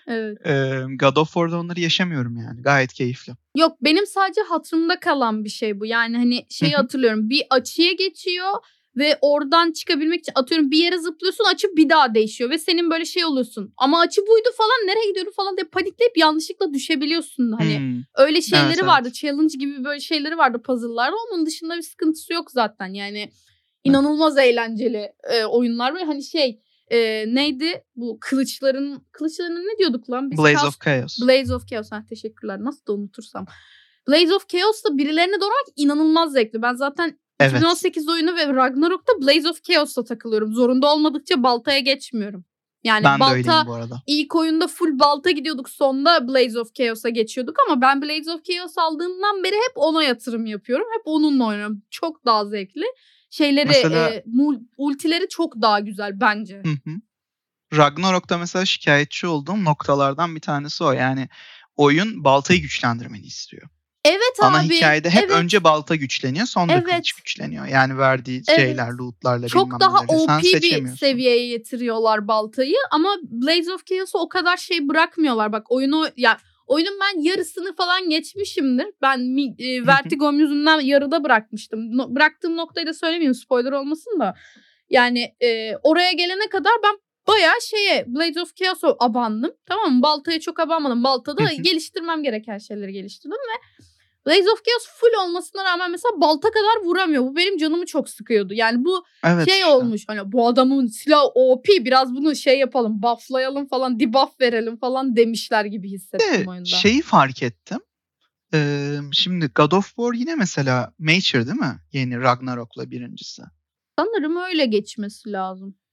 God of War'da onları yaşamıyorum yani. Gayet keyifli. Yok benim sadece hatırımda kalan bir şey bu. Yani hani hatırlıyorum bir açıya geçiyor ve oradan çıkabilmek için atıyorum bir yere zıplıyorsun açı bir daha değişiyor ve senin böyle oluyorsun. Ama açı buydu falan nereye gidiyorum falan diye panikleyip yanlışlıkla düşebiliyorsun. Hani öyle şeyleri vardı. Challenge gibi böyle şeyleri vardı puzzle'larda. Onun dışında bir sıkıntısı yok zaten yani. İnanılmaz eğlenceli oyunlar ve hani neydi bu kılıçlarına ne diyorduk lan? Blaze of Chaos. Blaze of Chaos. Teşekkürler. Nasıl da unutursam. Blaze of Chaos'ta birilerine doğramak inanılmaz zevkli. Ben zaten 2018 oyunu ve Ragnarok'ta Blaze of Chaos'ta takılıyorum. Zorunda olmadıkça baltaya geçmiyorum. Yani ben balta bu arada. İlk oyunda full balta gidiyorduk. Sonda Blaze of Chaos'a geçiyorduk ama ben Blaze of Chaos aldığımdan beri hep ona yatırım yapıyorum. Hep onunla oynuyorum. Çok daha zevkli. Mesela, ultileri çok daha güzel bence. Ragnarok'ta mesela şikayetçi olduğum noktalardan bir tanesi o. Yani oyun baltayı güçlendirmeni istiyor. Evet Ana abi. hikayede hep önce balta güçleniyor sonra kılıç güçleniyor. Yani verdiği şeyler, lootlarla çok bilmem daha nelerle sen OP bir seviyeye getiriyorlar baltayı ama Blaze of Chaos'u o kadar bırakmıyorlar. Bak oyunun ben yarısını falan geçmişimdir. Ben Vertigo'm yüzünden yarıda bırakmıştım. Bıraktığım noktayı da söylemeyeyim spoiler olmasın da. Yani oraya gelene kadar ben bayağı Blaze of Chaos'a abandım. Tamam mı? Baltaya çok abanmadım. Baltada geliştirmem gereken şeyleri geliştirdim ve Blaze of Chaos full olmasına rağmen mesela balta kadar vuramıyor. Bu benim canımı çok sıkıyordu. Yani bu olmuş. Hani bu adamın silahı OP biraz bunu yapalım, bufflayalım falan, debuff verelim falan demişler gibi hissettim oyunda. Fark ettim. Şimdi God of War yine mesela Mature değil mi? Yeni Ragnarok'la birincisi. Sanırım öyle geçmesi lazım.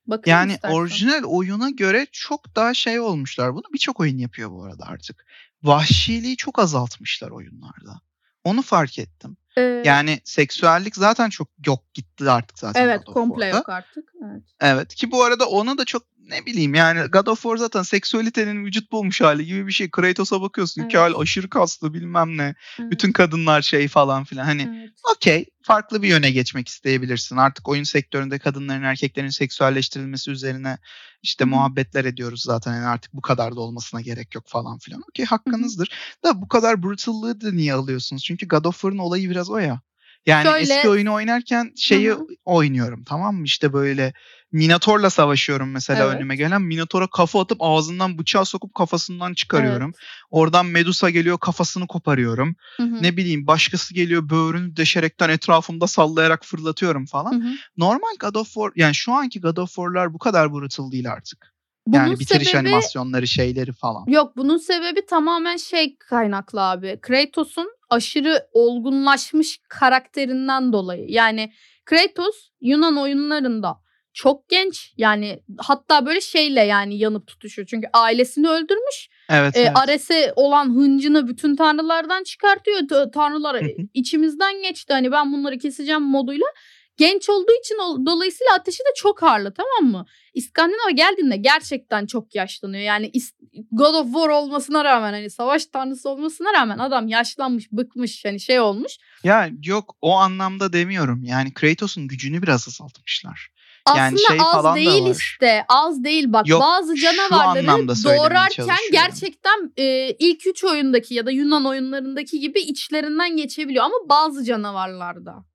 Bakalım Yani istersen. orijinal oyuna göre çok daha şey olmuşlar. Bunu birçok oyun yapıyor bu arada artık. Vahşiliği çok azaltmışlar oyunlarda. Onu fark ettim. Eee Yani seksüellik zaten çok yok gitti artık zaten Evet, God of komple War'da. yok artık. Evet. Evet ki bu arada ona da çok ne bileyim yani God of War zaten seksüalitenin vücut bulmuş hali gibi bir şey. Kratos'a bakıyorsun hikaye Evet. aşırı kaslı bilmem ne. Bütün Evet. kadınlar şey falan filan. Hani Evet. okey farklı bir yöne geçmek isteyebilirsin. Artık oyun sektöründe kadınların erkeklerin seksüelleştirilmesi üzerine işte Hı hı. muhabbetler ediyoruz zaten. Yani artık bu kadar da olmasına gerek yok falan filan. Okey Hı hı. hakkınızdır. Da bu kadar brutallığı da niye alıyorsunuz? Çünkü God of War'ın olayı biraz o ya. Yani eski Şöyle oyunu oynarken Hı şeyi hı. oynuyorum tamam mı? İşte böyle Minotaur'la savaşıyorum mesela önüme Evet. gelen. Minotaur'a kafa atıp ağzından bıçağı sokup kafasından çıkarıyorum. Evet. Oradan Medusa geliyor kafasını koparıyorum. Hı hı. Ne bileyim başkası geliyor böğrünü deşerekten etrafımda sallayarak fırlatıyorum Hı falan. hı. Normal God of War yani şu anki God of War'lar bu kadar brutal değil artık. Bunun Yani bitiriş sebebi animasyonları şeyleri falan. Yok, bunun sebebi tamamen şey kaynaklı abi. Kratos'un aşırı olgunlaşmış karakterinden dolayı. Yani Kratos Yunan oyunlarında çok genç. Yani hatta böyle şeyle yani yanıp tutuşuyor. Çünkü ailesini öldürmüş. Evet evet. Ares'e olan hıncını bütün tanrılardan çıkartıyor. Tanrılar Hı hı. içimizden geçti. Hani ben bunları keseceğim moduyla. Genç olduğu için dolayısıyla ateşi de çok harlı, tamam mı? İskandinav'a geldiğinde gerçekten çok yaşlanıyor. Yani God of War olmasına rağmen hani savaş tanrısı olmasına rağmen adam yaşlanmış, bıkmış, hani şey olmuş. Ya yok o anlamda demiyorum. Yani Kratos'un gücünü biraz azaltmışlar. Yani Aslında şey az falan da değil var. işte. Az değil bak. Yok Bazı şu canavarları anlamda söylemeye doğrarken çalışıyorum. gerçekten ilk 3 oyundaki ya da Yunan oyunlarındaki gibi içlerinden geçebiliyor ama bazı canavarlarda.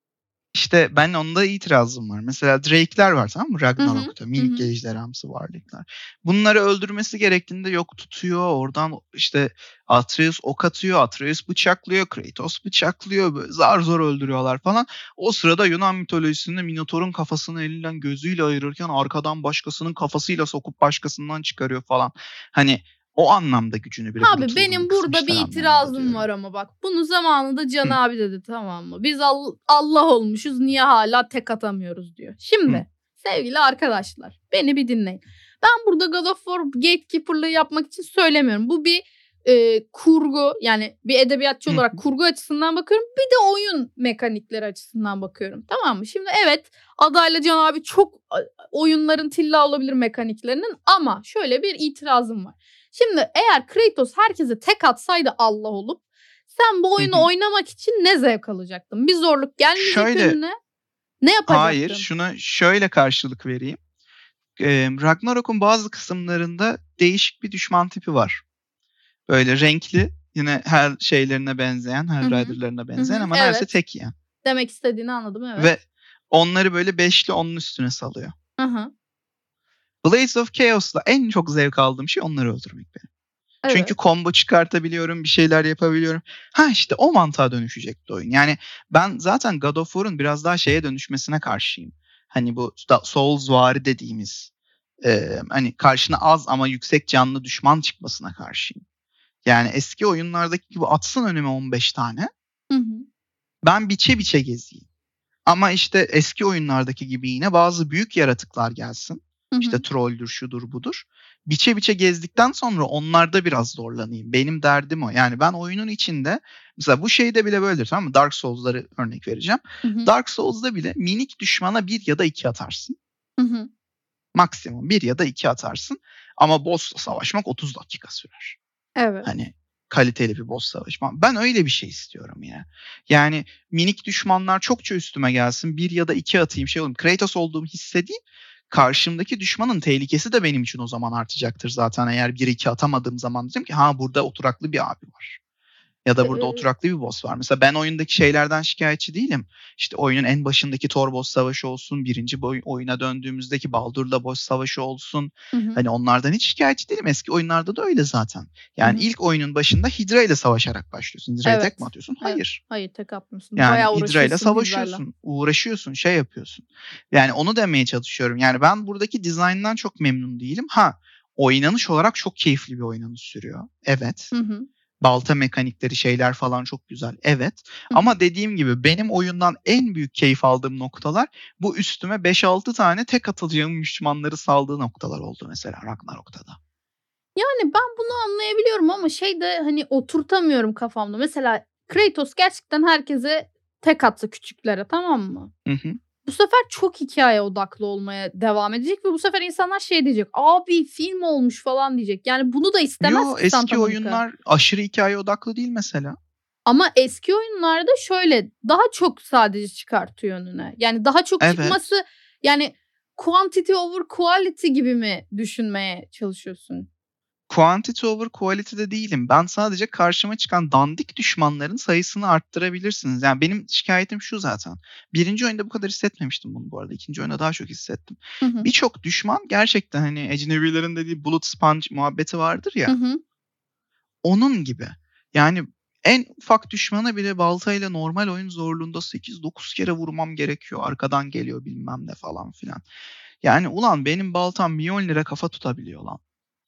İşte ben onda itirazım var. Mesela Drake'ler var tamam mı? Hı hı. Ragnarok'ta Hı minik hı. ejderhamsı varlıklar. Bunları öldürmesi gerektiğinde yok tutuyor. Oradan işte Atreus ok atıyor. Atreus bıçaklıyor. Kratos bıçaklıyor. Böyle zar zor öldürüyorlar falan. O sırada Yunan mitolojisinde Minotaur'un kafasını elinden gözüyle ayırırken arkadan başkasının kafasıyla sokup başkasından çıkarıyor falan. Hani o anlamda gücünü bir Abi brutal'ını benim burada kısmışlar bir anlamında itirazım diyorum. var ama bak. Bunu zamanında Can Hı, abi dedi, tamam mı? Biz Allah olmuşuz, niye hala tek atamıyoruz diyor. hı, Şimdi sevgili arkadaşlar beni bir dinleyin. Ben burada God of War gatekeeper'lığı yapmak için söylemiyorum. Bu bir kurgu, yani bir edebiyatçı hı, olarak hı. kurgu açısından bakıyorum. Bir de oyun mekanikleri açısından bakıyorum. Tamam mı? Şimdi evet, adayla Can abi çok oyunların tilla olabilir mekaniklerinin, ama şöyle bir itirazım var. Şimdi eğer Kratos herkese tek atsaydı Allah olup, sen bu Hı oyunu hı. oynamak için ne zevk alacaktın? Bir zorluk gelmeyecek Şöyle önüne. Ne hayır yapacaktın? şuna şöyle karşılık vereyim. Ragnarok'un bazı kısımlarında değişik bir düşman tipi var. Böyle renkli, yine her şeylerine benzeyen, Hı her hı. Rider'larına Hı benzeyen hı. ama neredeyse Evet. tek yiyen. Demek istediğini anladım, evet. Ve onları böyle beşli onun üstüne salıyor. Hı hı. Blades of Chaos'la en çok zevk aldığım şey onları öldürmek benim. Çünkü Evet. combo çıkartabiliyorum, bir şeyler yapabiliyorum. Ha işte o mantığa dönüşecekti oyun. Yani ben zaten God of War'un biraz daha şeye dönüşmesine karşıyım. Hani bu Soulsvari dediğimiz hani karşına az ama yüksek canlı düşman çıkmasına karşıyım. Yani eski oyunlardaki gibi atsın önüme 15 tane. Hı hı. Ben biçe biçe gezeyim. Ama işte eski oyunlardaki gibi yine bazı büyük yaratıklar gelsin. Hı İşte hı. trolldür, şudur, budur. Biçe biçe gezdikten sonra onlarda biraz zorlanayım. Benim derdim o. Yani ben oyunun içinde mesela bu şeyde bile böyledir tamam mı? Dark Souls'ları örnek vereceğim. Hı hı. Dark Souls'da bile minik düşmana bir ya da iki atarsın. Hı hı. Maksimum bir ya da iki atarsın. Ama boss'la savaşmak 30 dakika sürer. Evet. Hani kaliteli bir boss savaşı. Ben öyle bir şey istiyorum ya. Yani minik düşmanlar çokça üstüme gelsin. Bir ya da iki atayım şey olayım. Kratos olduğumu hissedeyim. Karşımdaki düşmanın tehlikesi de benim için o zaman artacaktır zaten. Eğer bir iki atamadığım zaman diyeceğim ki ha burada oturaklı bir abi var. Ya da burada Eee, oturaklı bir boss var. Mesela ben oyundaki şeylerden şikayetçi değilim. İşte oyunun en başındaki Thor boss savaşı olsun. Birinci oyuna döndüğümüzdeki Baldur'la boss savaşı olsun. Hı hı. Hani onlardan hiç şikayetçi değilim. Eski oyunlarda da öyle zaten. Hı Yani hı. ilk oyunun başında Hydra ile savaşarak başlıyorsun. Hydra'yı tek mi Evet. atıyorsun? Evet. Hayır. Hayır, tek atmıyorsun. Yani Bayağı Hydra ile uğraşıyorsun Hidra'yla. savaşıyorsun. Uğraşıyorsun. Şey yapıyorsun. Yani onu demeye çalışıyorum. Yani ben buradaki dizayndan çok memnun değilim. Ha oynanış olarak çok keyifli bir oynanış sürüyor. Evet. Hı hı. Balta mekanikleri, şeyler falan çok güzel. Evet. Hı hı. Ama dediğim gibi benim oyundan en büyük keyif aldığım noktalar bu üstüme 5-6 tane tek atacağım düşmanları saldığı noktalar oldu mesela Ragnarok'ta da. Yani ben bunu anlayabiliyorum ama şey de hani oturtamıyorum kafamda. Mesela Kratos gerçekten herkese tek atsa küçüklere, tamam mı? Hı hı. Bu sefer çok hikaye odaklı olmaya devam edecek ve bu sefer insanlar şey diyecek. Abi film olmuş falan diyecek. Yani bunu da istemez Yo, ki Santa eski Monica. oyunlar aşırı hikaye odaklı değil mesela. Ama eski oyunlarda şöyle daha çok sadece çıkartıyor önüne. Yani daha çok Evet. çıkması, yani quantity over quality gibi mi düşünmeye çalışıyorsun? Quantity over quality'de değilim. Ben sadece karşıma çıkan dandik düşmanların sayısını arttırabilirsiniz. Yani benim şikayetim şu zaten. Birinci oyunda bu kadar hissetmemiştim bunu bu arada. İkinci oyunda daha çok hissettim. Hı hı. Birçok düşman gerçekten hani ecnebilerin dediği bullet sponge muhabbeti vardır Hı ya. hı. Onun gibi. Yani en ufak düşmana bile baltayla normal oyun zorluğunda 8-9 kere vurmam gerekiyor. Arkadan geliyor bilmem ne falan filan. Yani ulan benim baltam milyon lira kafa tutabiliyor lan.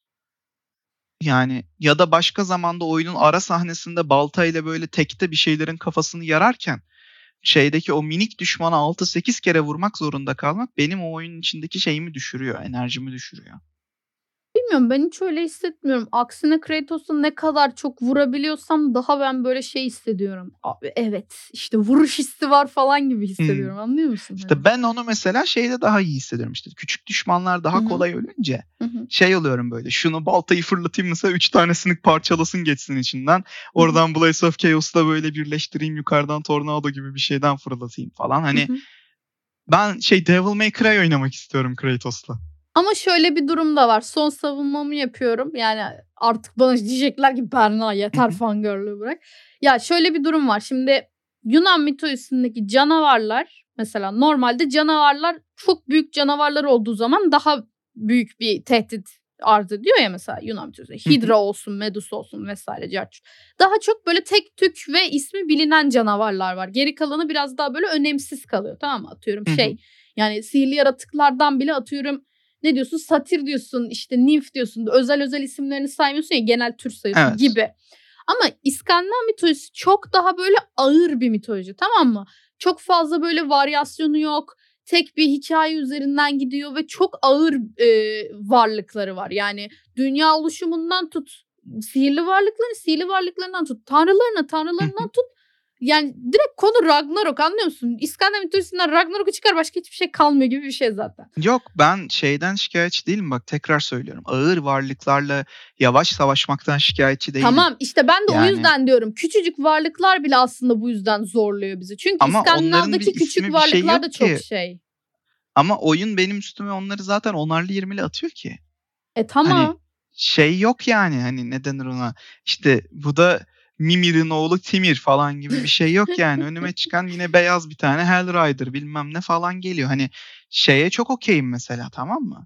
Yani ya da başka zamanda oyunun ara sahnesinde baltayla böyle tekte bir şeylerin kafasını yararken şeydeki o minik düşmana 6-8 kere vurmak zorunda kalmak benim o oyunun içindeki şeyimi düşürüyor, enerjimi düşürüyor. Bilmiyorum, ben hiç öyle hissetmiyorum. Aksine Kratos'u ne kadar çok vurabiliyorsam daha ben böyle şey hissediyorum. Abi evet, işte vuruş hissi var falan gibi Hımm. hissediyorum. Anlıyor musun hani? İşte ben onu mesela şeyde daha iyi hissediyorum işte. Küçük düşmanlar Hı daha hı. kolay ölünce Hı hı. şey oluyorum böyle. Şunu baltayı fırlatayım mesela 3 tanesini parçalasın geçsin içinden. Hı hı. Oradan Blaze of Chaos'la böyle birleştireyim yukarıdan tornado gibi bir şeyden fırlatayım falan. Hı Hani hı. ben şey Devil May Cry oynamak istiyorum Kratos'la. Ama şöyle bir durum da var. Son savunmamı yapıyorum. Yani artık bana diyecekler ki Berna Hı yeter hı. fangirl'lığı bırak. Ya şöyle bir durum var. Şimdi Yunan mitolojisindeki canavarlar, mesela normalde canavarlar çok büyük canavarlar olduğu zaman daha büyük bir tehdit arz ediyor ya, mesela Yunan mitolojisinde. Hı hı. Hidra olsun, Medusa olsun vesaire. Daha çok böyle tek tük ve ismi bilinen canavarlar var. Geri kalanı biraz daha böyle önemsiz kalıyor, tamam mı? Atıyorum Hı hı. yani sihirli yaratıklardan bile atıyorum ne diyorsun? Satir diyorsun, işte nimf diyorsun. Özel isimlerini saymıyorsun ya, genel tür sayıyorsun Evet. gibi. Ama İskandinav mitolojisi çok daha böyle ağır bir mitoloji, tamam mı? Çok fazla böyle varyasyonu yok. Tek bir hikaye üzerinden gidiyor ve çok ağır varlıkları var. Yani dünya oluşumundan tut, sihirli varlıklarından tut, Hı hı. tanrılarından tut. Yani direkt konu Ragnarok, anlıyor musun? İskandinav mitolojisinden Ragnarok'u çıkar, başka hiçbir şey kalmıyor gibi bir şey zaten. Yok, ben şeyden şikâyetçi değilim bak tekrar söylüyorum. Ağır varlıklarla yavaş savaşmaktan şikâyetçi değilim. Tamam, işte ben de o Yani yüzden diyorum. Küçücük varlıklar bile aslında bu yüzden zorluyor bizi. Çünkü ama onların bir İskandinav'daki küçük ismi bir şey varlıklar da yok çok ki. şey. Ama oyun benim üstüme onları zaten 10'arlı 20'li atıyor ki. Hani Tamam. şey yok yani hani ne denir ona? İşte bu da Mimir'in oğlu Timir falan gibi bir şey yok yani. Önüme çıkan yine beyaz bir tane Hell Rider bilmem ne falan geliyor. Hani şeye çok okeyim mesela, tamam mı?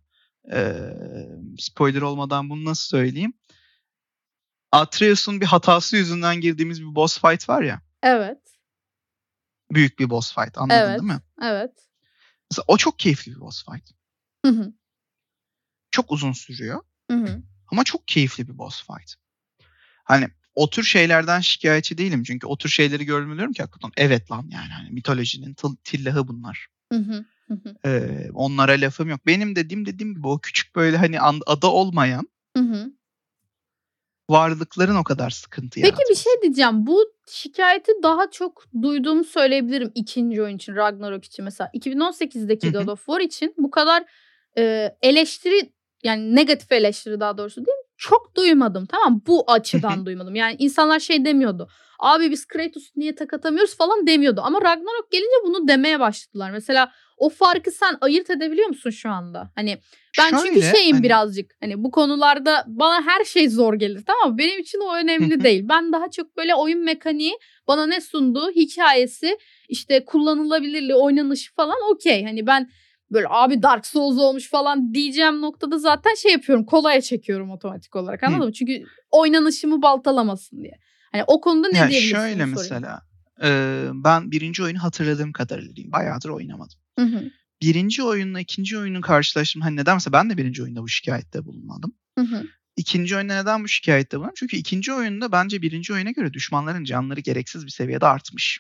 Spoiler olmadan bunu nasıl söyleyeyim? Atreus'un bir hatası yüzünden girdiğimiz bir boss fight var ya. Evet. Büyük bir boss fight, anladın değil Evet. mi? Evet. Mesela o çok keyifli bir boss fight. Hı hı. Çok uzun sürüyor Hı hı. ama çok keyifli bir boss fight. Hani o tür şeylerden şikâyetçi değilim. Çünkü o tür şeyleri gördüğümde diyorum ki hakikaten evet lan yani hani mitolojinin tillahı bunlar. Hı hı. Hı hı. Onlara lafım yok. Benim dediğim gibi o küçük böyle hani adı olmayan Hı hı. varlıkların o kadar sıkıntı Peki bir şey yaratması. diyeceğim. Bu şikayeti daha çok duyduğumu söyleyebilirim ikinci oyun için, Ragnarok için mesela. Hı 2018'deki God hı. of War için bu kadar eleştiri, yani negatif eleştiri daha doğrusu değil, çok duymadım, tamam mı? Bu Hı hı. açıdan duymadım. Yani insanlar şey demiyordu. Abi biz Kratos'u niye tak atamıyoruz falan demiyordu. Ama Ragnarok gelince bunu demeye başladılar. Mesela o farkı sen ayırt edebiliyor musun şu anda? Hani ben çünkü Şöyle şeyim hani birazcık, hani bu konularda bana her şey zor gelir, tamam mı? Benim için o hı önemli hı. değil. Ben daha çok böyle oyun mekaniği, bana ne sunduğu, hikayesi, işte kullanılabilirliği, oynanışı falan okey. Hani ben böyle abi Dark Souls olmuş falan diyeceğim noktada zaten şey yapıyorum, kolaya çekiyorum otomatik olarak, Hı. anladın mı? Çünkü oynanışımı baltalamasın diye. Hani o konuda ne Ya diyebilirsin onu şöyle sorayım. mesela, ben birinci oyunu hatırladığım kadarıyla diyeyim. Bayağıdır oynamadım. Hı hı. Birinci oyunla ikinci oyunun karşılaştırma hani nedense ben de birinci oyunda bu şikâyette bulunmadım. Hı hı. ikinci oyunda neden bu şikayette bulunuyorum? Çünkü ikinci oyunda bence birinci oyuna göre düşmanların canları gereksiz bir seviyede artmış.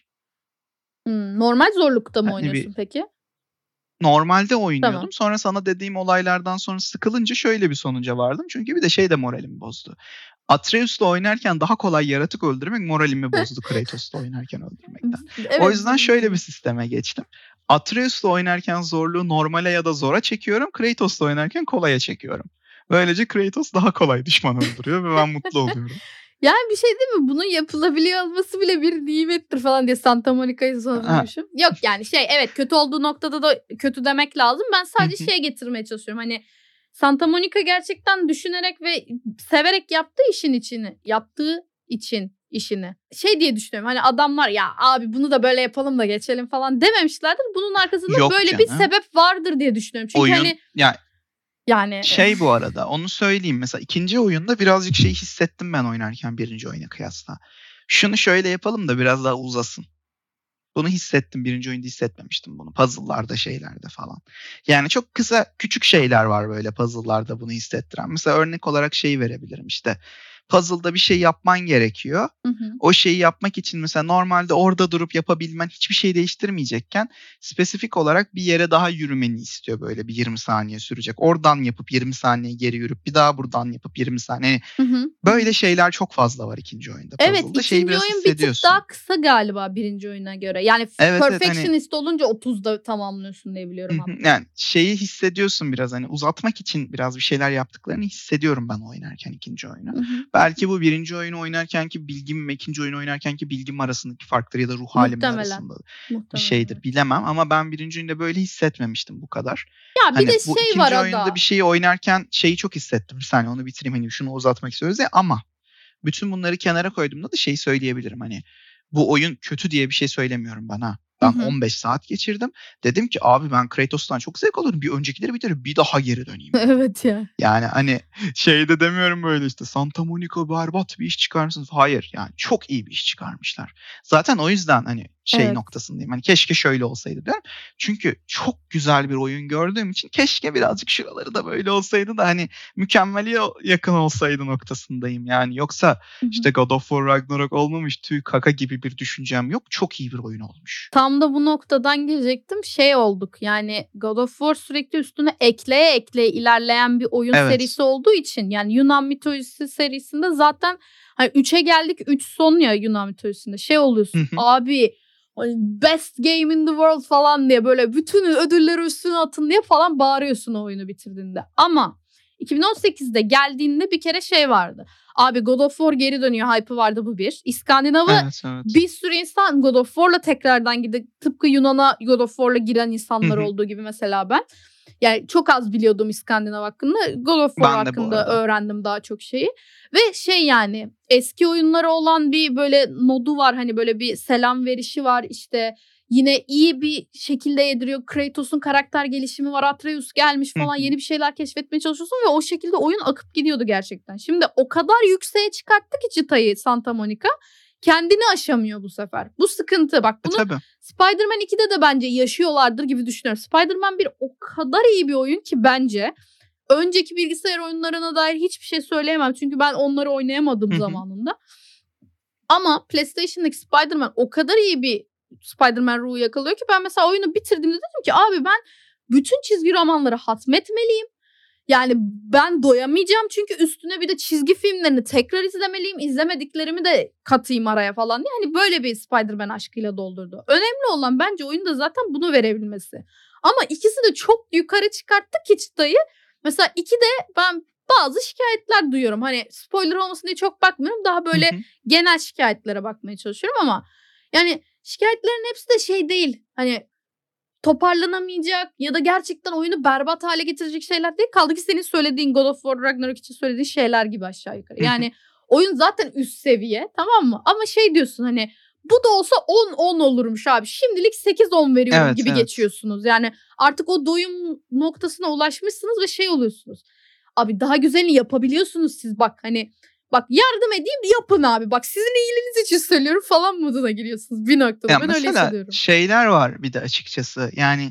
Normal zorlukta mı Hani oynuyorsun peki? normalde oynuyordum. Tamam. Sonra sana dediğim olaylardan sonra sıkılınca şöyle bir sonuca vardım. Çünkü bir de şey de moralimi bozdu. Atreus'la oynarken daha kolay yaratık öldürmek moralimi bozdu Kratos'la oynarken öldürmekten. O Evet. yüzden şöyle bir sisteme geçtim. Atreus'la oynarken zorluğu normale ya da zora çekiyorum. Kratos'la oynarken kolaya çekiyorum. Böylece Kratos daha kolay düşman öldürüyor ve ben mutlu oluyorum. Yani bir şey değil mi? Bunun yapılabiliyor olması bile bir nimettir falan diye Santa Monica'yı savunmuşum. Yok yani evet kötü olduğu noktada da kötü demek lazım. Ben sadece şeye getirmeye çalışıyorum. Hani Santa Monica gerçekten düşünerek ve severek yaptığı için işini. Şey diye düşünüyorum. Hani adamlar ya abi bunu da böyle yapalım da geçelim falan dememişlerdir. Bunun arkasında Yok böyle canım. bir sebep vardır diye düşünüyorum. Çünkü Oyun hani yani bu arada onu söyleyeyim. Mesela ikinci oyunda birazcık şey hissettim ben oynarken birinci oyuna kıyasla. Şunu şöyle yapalım da biraz daha uzasın. Bunu hissettim. Birinci oyunda hissetmemiştim bunu. Puzzle'larda şeylerde falan. Yani çok kısa küçük şeyler var böyle puzzle'larda bunu hissettiren. Mesela örnek olarak şey verebilirim işte. Puzzle'da bir şey yapman gerekiyor. O şeyi yapmak için mesela normalde orada durup yapabilmen hiçbir şey değiştirmeyecekken spesifik olarak bir yere daha yürümeni istiyor böyle bir 20 saniye sürecek. Oradan yapıp 20 saniye geri yürüp bir daha buradan yapıp 20 saniye. Böyle şeyler çok fazla var ikinci oyunda. Evet, Puzzle'da ikinci oyun bir tık daha kısa galiba birinci oyuna göre. Yani perfectionist olunca 30'da tamamlıyorsun diye biliyorum hatta. Yani şeyi hissediyorsun biraz hani uzatmak için biraz bir şeyler yaptıklarını hissediyorum ben oynarken ikinci oyunu. Belki bu birinci oyunu oynarkenki bilgim ve ikinci oyunu oynarkenki bilgim arasındaki farktır ya da ruh halim arasında bir şeydir bilemem ama ben birinci oyunda böyle hissetmemiştim bu kadar. Ya bir de bu şey ikinci var oyunda bir şeyi oynarken şeyi çok hissettim. Bir saniye onu bitireyim hani şunu uzatmak istiyoruz ya ama bütün bunları kenara koyduğumda da şeyi söyleyebilirim hani bu oyun kötü diye bir şey söylemiyorum bana. Ben 15 saat geçirdim. Dedim ki abi ben Kratos'tan çok zevk alıyorum. Bir öncekileri bitirip bir daha geri döneyim. Evet ya. Yani hani şey de demiyorum böyle işte Santa Monica berbat bir iş çıkarmışsınız. Hayır yani çok iyi bir iş çıkarmışlar. Zaten o yüzden hani noktasındayım. Hani keşke şöyle olsaydı diyorum. Çünkü çok güzel bir oyun gördüğüm için keşke birazcık şuraları da böyle olsaydı da hani mükemmele yakın olsaydı noktasındayım. Yani yoksa işte God of War Ragnarok olmamış tüy kaka gibi bir düşüncem yok. Çok iyi bir oyun olmuş. Tam da bu noktadan girecektim. Olduk yani God of War sürekli üstüne ekleye ilerleyen bir oyun serisi olduğu için yani Yunan mitolojisi serisinde zaten hani 3'e geldik 3 son ya Yunan mitolojisinde oluyorsun abi best game in the world falan diye böyle bütün ödülleri üstüne atın diye falan bağırıyorsun o oyunu bitirdiğinde. Ama 2018'de geldiğinde bir kere vardı. Abi God of War geri dönüyor hype'ı vardı bu bir. İskandinav'a bir sürü insan God of War'la tekrardan gidip tıpkı Yunan'a God of War'la giren insanlar olduğu gibi mesela ben. Yani çok az biliyordum İskandinav hakkında. God of War hakkında öğrendim daha çok şeyi. Ve yani eski oyunlara olan bir böyle nodu var. Hani böyle bir selam verişi var işte. Yine iyi bir şekilde yediriyor. Kratos'un karakter gelişimi var. Atreus gelmiş falan yeni bir şeyler keşfetmeye çalışıyorsun ve o şekilde oyun akıp gidiyordu gerçekten. Şimdi o kadar yükseğe çıkarttı ki çıtayı Santa Monica. Kendini aşamıyor bu sefer. Bu sıkıntı. Bak bunu Spider-Man 2'de de bence yaşıyorlardır gibi düşünüyorum. Spider-Man 1 o kadar iyi bir oyun ki bence. Önceki bilgisayar oyunlarına dair hiçbir şey söyleyemem. Çünkü ben onları oynayamadım zamanında. Ama PlayStation'daki Spider-Man o kadar iyi bir Spider-Man ruhu yakalıyor ki ben mesela oyunu bitirdiğimde dedim ki abi ben bütün çizgi romanları hatmetmeliyim. Yani ben doyamayacağım çünkü üstüne bir de çizgi filmlerini tekrar izlemeliyim. İzlemediklerimi de katayım araya falan. Yani böyle bir Spider-Man aşkıyla doldurdu. Önemli olan bence oyunda zaten bunu verebilmesi. Ama ikisi de çok yukarı çıkarttı ki çıtayı. Mesela 2'de ben bazı şikayetler duyuyorum. Hani spoiler olmasın diye çok bakmıyorum. Daha böyle genel şikayetlere bakmaya çalışıyorum ama yani şikayetlerin hepsi de değil. Hani toparlanamayacak ya da gerçekten oyunu berbat hale getirecek şeyler değil. Kaldı ki senin söylediğin God of War Ragnarok için söylediğin şeyler gibi aşağı yukarı. Yani oyun zaten üst seviye, tamam mı? Ama diyorsun hani bu da olsa 10-10 olurmuş abi. Şimdilik 8-10 veriyorum gibi geçiyorsunuz. Yani artık o doyum noktasına ulaşmışsınız ve oluyorsunuz. Abi daha güzelini yapabiliyorsunuz siz bak hani. Bak yardım edeyim yapın abi. Bak sizin iyiliğiniz için söylüyorum falan moduna giriyorsunuz bir noktada. Ben öyle hissediyorum. Şeyler var bir de açıkçası. Yani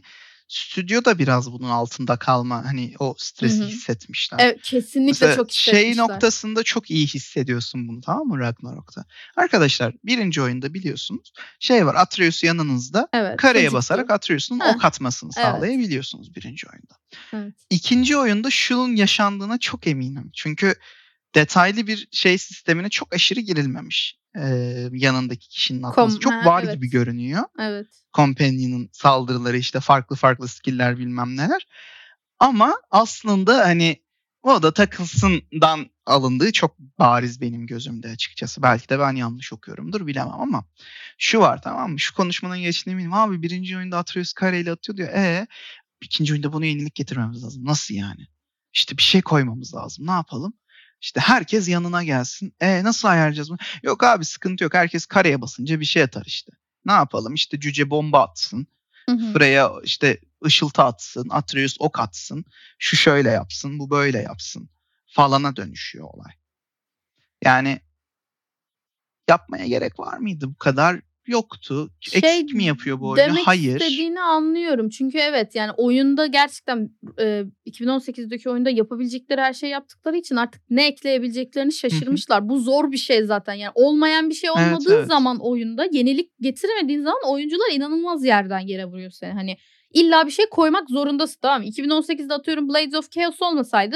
stüdyo da biraz bunun altında kalma, hani o stresi hissetmişler. Evet, kesinlikle Mesela çok hissetmişler. şey noktasında çok iyi hissediyorsun bunu, tamam mı, Ragnarok'ta? Arkadaşlar 1. oyunda biliyorsunuz şey var, Atreus yanınızda. Evet, Kareye çocuktu. basarak Atreus'un ok atmasını sağlayabiliyorsunuz 1. oyunda. Evet. 2. oyunda şunun yaşandığına çok eminim. Çünkü detaylı bir şey sistemine çok aşırı girilmemiş. Yanındaki kişinin atması. Çok var gibi görünüyor. Evet. Companion'ın saldırıları, işte farklı farklı skill'ler bilmem neler. Ama aslında hani o da takılsından alındığı çok bariz benim gözümde açıkçası. Belki de ben yanlış okuyorumdur, bilemem ama şu var, tamam mı? Şu konuşmanın geçtiğine eminim. Abi 1. oyunda Atreus kareyle atıyor diyor. 2. oyunda bunu yenilik getirmemiz lazım. Nasıl yani? İşte bir şey koymamız lazım. Ne yapalım? İşte herkes yanına gelsin. Nasıl ayarlayacağız bunu? Yok abi, sıkıntı yok. Herkes kareye basınca bir şey atar işte. Ne yapalım? İşte cüce bomba atsın. Freya işte ışıltı atsın. Atreus ok atsın. Şu şöyle yapsın. Bu böyle yapsın. Falana dönüşüyor olay. Yani yapmaya gerek var mıydı bu kadar? Yoktu. Eksik mi yapıyor bu oyunu? Hayır. Demek istediğini anlıyorum. Çünkü evet, yani oyunda gerçekten 2018'deki oyunda yapabilecekleri her şeyi yaptıkları için artık ne ekleyebileceklerini şaşırmışlar. Bu zor bir şey zaten. Yani olmayan bir şey olmadığı zaman oyunda, yenilik getirmediğin zaman oyuncular inanılmaz yerden yere vuruyor seni. Hani illa bir şey koymak zorundasın, tamam mı? 2018'de atıyorum Blades of Chaos olmasaydı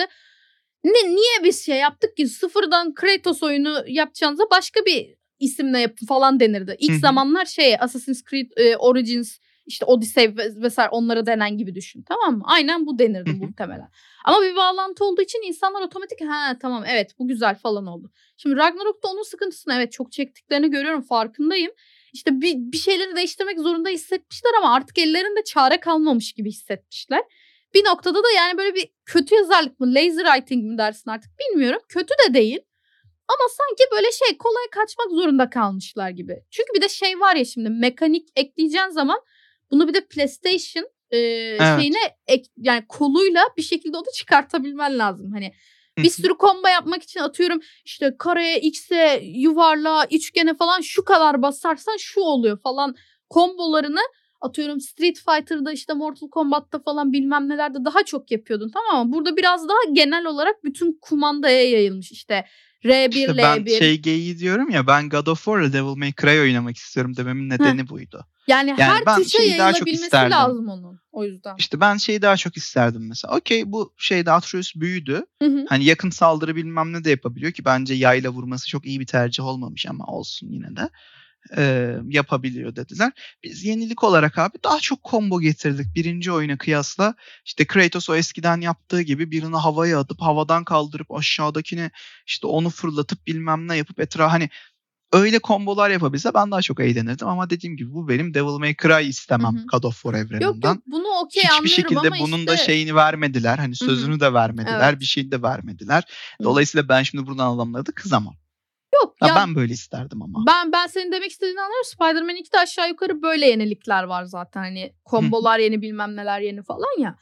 niye biz şey yaptık ki, sıfırdan Kratos oyunu yapacağınıza başka bir isimle yapın falan denirdi. İlk zamanlar Assassin's Creed Origins, işte Odyssey vesaire, onlara denen gibi düşün, tamam mı? Aynen bu denirdi muhtemelen. Ama bir bağlantı olduğu için insanlar otomatik tamam evet bu güzel falan oldu. Şimdi Ragnarok'ta onun sıkıntısını evet çok çektiklerini görüyorum, farkındayım. İşte bir şeyleri değiştirmek zorunda hissetmişler ama artık ellerinde çare kalmamış gibi hissetmişler. Bir noktada da yani böyle bir kötü yazarlık mı, lazy writing mi dersin artık bilmiyorum. Kötü de değil. Ama sanki böyle kolay kaçmak zorunda kalmışlar gibi. Çünkü bir de var ya, şimdi mekanik ekleyeceğin zaman bunu bir de PlayStation şeyine yani koluyla bir şekilde onu çıkartabilmen lazım. Hani bir sürü combo yapmak için atıyorum işte kareye, x'e, yuvarlağa, üçgene falan şu kadar basarsan şu oluyor falan kombolarını atıyorum Street Fighter'da, işte Mortal Kombat'ta falan bilmem nelerde daha çok yapıyordun, tamam mı? Burada biraz daha genel olarak bütün kumandaya yayılmış, işte R1, İşte L1. Ben geyiği diyorum ya, ben God of War'la Devil May Cry oynamak istiyorum dememin nedeni buydu. Yani her ben tuşa yayılabilmesi lazım onun. O yüzden. İşte ben şeyi daha çok isterdim mesela. Okey, bu şeyde Atreus büyüdü. Hani yakın saldırı bilmem ne de yapabiliyor ki bence yayla vurması çok iyi bir tercih olmamış ama olsun yine de. Yapabiliyor dediler. Biz yenilik olarak abi daha çok combo getirdik 1. oyuna kıyasla. İşte Kratos o eskiden yaptığı gibi birini havaya atıp havadan kaldırıp aşağıdakini işte onu fırlatıp bilmem ne yapıp hani öyle kombolar yapabilse ben daha çok eğlenirdim ama dediğim gibi bu benim Devil May Cry istemem God of War evreninden. Yok bunu okey Hiçbir anlıyorum şekilde ama bunun işte da şeyini vermediler. Hani sözünü de vermediler. Bir şeyini de vermediler. Dolayısıyla ben şimdi buradan adamlara da kızamam. Yok ya, ben böyle isterdim ama. Ben senin demek istediğini anlıyorum. Spider-Man 2'de aşağı yukarı böyle yenilikler var zaten. Hani kombolar yeni, bilmem neler yeni falan ya.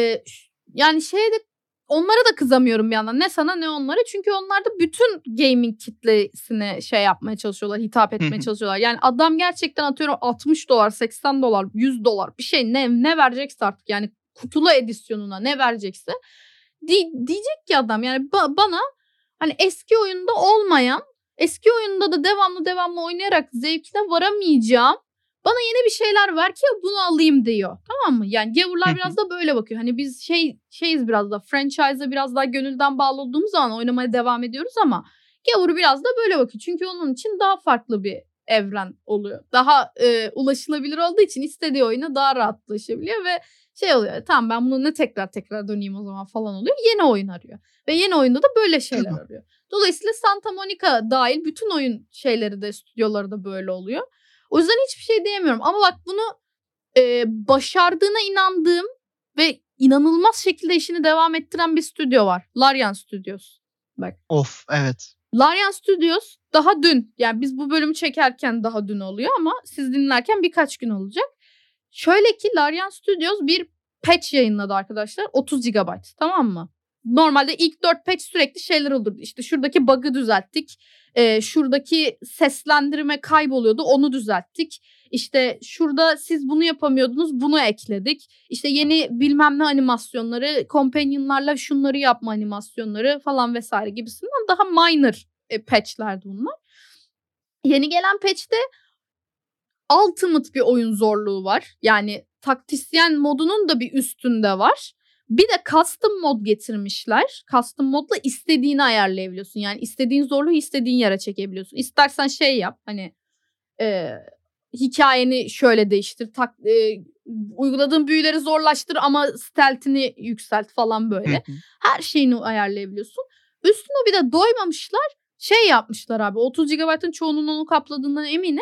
Yani onlara da kızamıyorum bir yandan. Ne sana ne onlara. Çünkü onlar da bütün gaming kitlesine yapmaya çalışıyorlar. Hitap etmeye çalışıyorlar. Yani adam gerçekten atıyorum $60, $80, $100 bir şey ne verecekse artık. Yani kutulu edisyonuna ne verecekse. Diyecek ki adam yani bana hani eski oyunda olmayan, eski oyunda da devamlı oynayarak zevkine varamayacağım, bana yeni bir şeyler ver ki bunu alayım diyor. Tamam mı? Yani gavurlar biraz da böyle bakıyor. Hani biz şeyiz biraz da, franchise'a biraz daha gönülden bağlı olduğumuz zaman oynamaya devam ediyoruz ama gavur biraz da böyle bakıyor. Çünkü onun için daha farklı bir evren oluyor. Daha ulaşılabilir olduğu için istediği oyuna daha rahat ulaşabiliyor ve oluyor. Tamam, ben bunu ne tekrar döneyim o zaman falan oluyor. Yeni oyun arıyor. Ve yeni oyunda da böyle şeyler arıyor. Dolayısıyla Santa Monica dahil bütün oyun şeyleri de, stüdyoları da böyle oluyor. O yüzden hiçbir şey diyemiyorum. Ama bak bunu başardığına inandığım ve inanılmaz şekilde işini devam ettiren bir stüdyo var. Larian Studios. Bak. Of evet. Larian Studios daha dün, yani biz bu bölümü çekerken daha dün oluyor ama siz dinlerken birkaç gün olacak. Şöyle ki Larian Studios bir patch yayınladı arkadaşlar. 30 GB, tamam mı? Normalde ilk 4 patch sürekli şeyler olurdu. İşte şuradaki bug'ı düzelttik. Şuradaki seslendirme kayboluyordu. Onu düzelttik. İşte şurada siz bunu yapamıyordunuz, bunu ekledik. İşte yeni bilmem ne animasyonları, companion'larla şunları yapma animasyonları falan vesaire gibisinden daha minor patch'lerdi bunlar. Yeni gelen patch'te ultimate bir oyun zorluğu var. Yani taktisyen modunun da bir üstünde var. Bir de custom mod getirmişler. Custom modla istediğini ayarlayabiliyorsun. Yani istediğin zorluğu istediğin yere çekebiliyorsun. İstersen şey yap, hani hikayeni şöyle değiştir. Uyguladığın büyüleri zorlaştır ama stealth'ini yükselt falan böyle. Her şeyini ayarlayabiliyorsun. Üstüne bir de doymamışlar. Şey yapmışlar abi. 30 GB'ın çoğunun onu kapladığından eminim.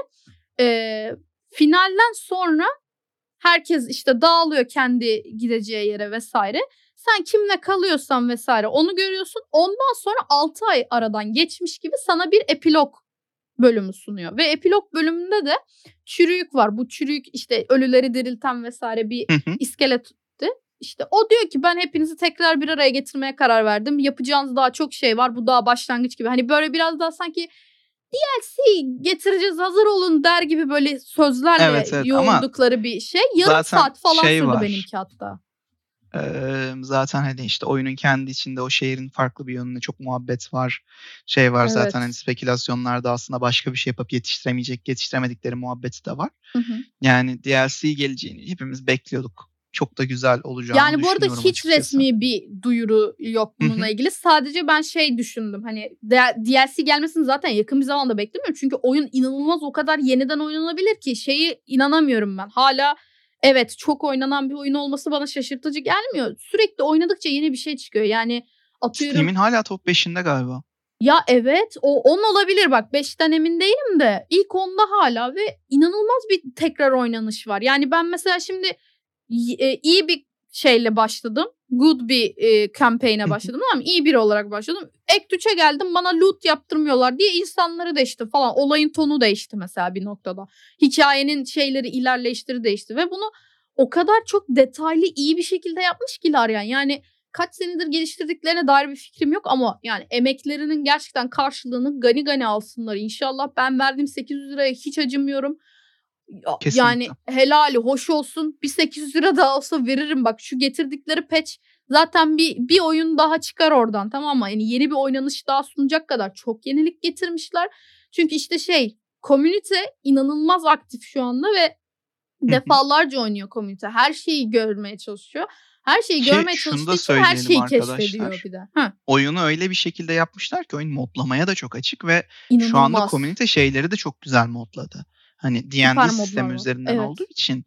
Finalden sonra herkes işte dağılıyor kendi gideceği yere vesaire. Sen kimle kalıyorsan vesaire onu görüyorsun. Ondan sonra 6 ay aradan geçmiş gibi sana bir epilog bölümü sunuyor. Ve epilog bölümünde de çürüyük var. Bu çürüyük işte ölüleri dirilten vesaire bir iskeletti. İşte o diyor ki ben hepinizi tekrar bir araya getirmeye karar verdim. Yapacağınız daha çok şey var. Bu daha başlangıç gibi. Hani böyle biraz daha sanki DLC getireceğiz hazır olun der gibi böyle sözlerle yoğurdukları bir şey. Yarım saat falan sürdü benimki hatta. Zaten hani işte oyunun kendi içinde o şehrin farklı bir yönünde çok muhabbet var. Şey var zaten hani spekülasyonlarda aslında başka bir şey yapıp yetiştiremedikleri muhabbeti de var. Yani DLC geleceğini hepimiz bekliyorduk. Çok da güzel olacağını yani bu arada düşünüyorum hiç açıkçası. Resmi bir duyuru yok bununla ilgili. Sadece ben şey düşündüm. Hani DLC gelmesini zaten yakın bir zamanda beklemiyorum. Çünkü oyun inanılmaz o kadar yeniden oynanabilir ki şeyi inanamıyorum ben. Hala evet çok oynanan bir oyun olması bana şaşırtıcı gelmiyor. Sürekli oynadıkça yeni bir şey çıkıyor. Yani atıyorum. Steam'in hala top 5'inde galiba. Ya evet o 10 olabilir bak 5'ten emin değilim de ilk 10'da hala ve inanılmaz bir tekrar oynanış var. Yani ben mesela şimdi iyi bir şeyle başladım. Good bir campaign'e başladım ama iyi biri olarak başladım. Act 3'e geldim bana loot yaptırmıyorlar diye insanları değişti falan. Olayın tonu değişti mesela bir noktada. Hikayenin şeyleri ilerleyişleri değişti ve bunu o kadar çok detaylı iyi bir şekilde yapmış ki Larian. Yani kaç senedir geliştirdiklerine dair bir fikrim yok ama yani emeklerinin gerçekten karşılığını gani gani alsınlar inşallah. Ben verdiğim 800 liraya hiç acımıyorum. Kesinlikle. Yani helali hoş olsun. Bir 800 lira daha olsa veririm. Bak şu getirdikleri patch zaten bir oyun daha çıkar oradan, tamam mı? Yani yeni bir oynanış daha sunacak kadar çok yenilik getirmişler. Çünkü işte komünite inanılmaz aktif şu anda ve defalarca oynuyor komünite. Her şeyi görmeye çalışıyor. Her şeyi görmeye çalıştığı için her şeyi keşfediyor bir de. Oyunu öyle bir şekilde yapmışlar ki oyun modlamaya da çok açık ve şu anda komünite şeyleri de çok güzel modladı. Hani D&D sistemi üzerinden olduğu için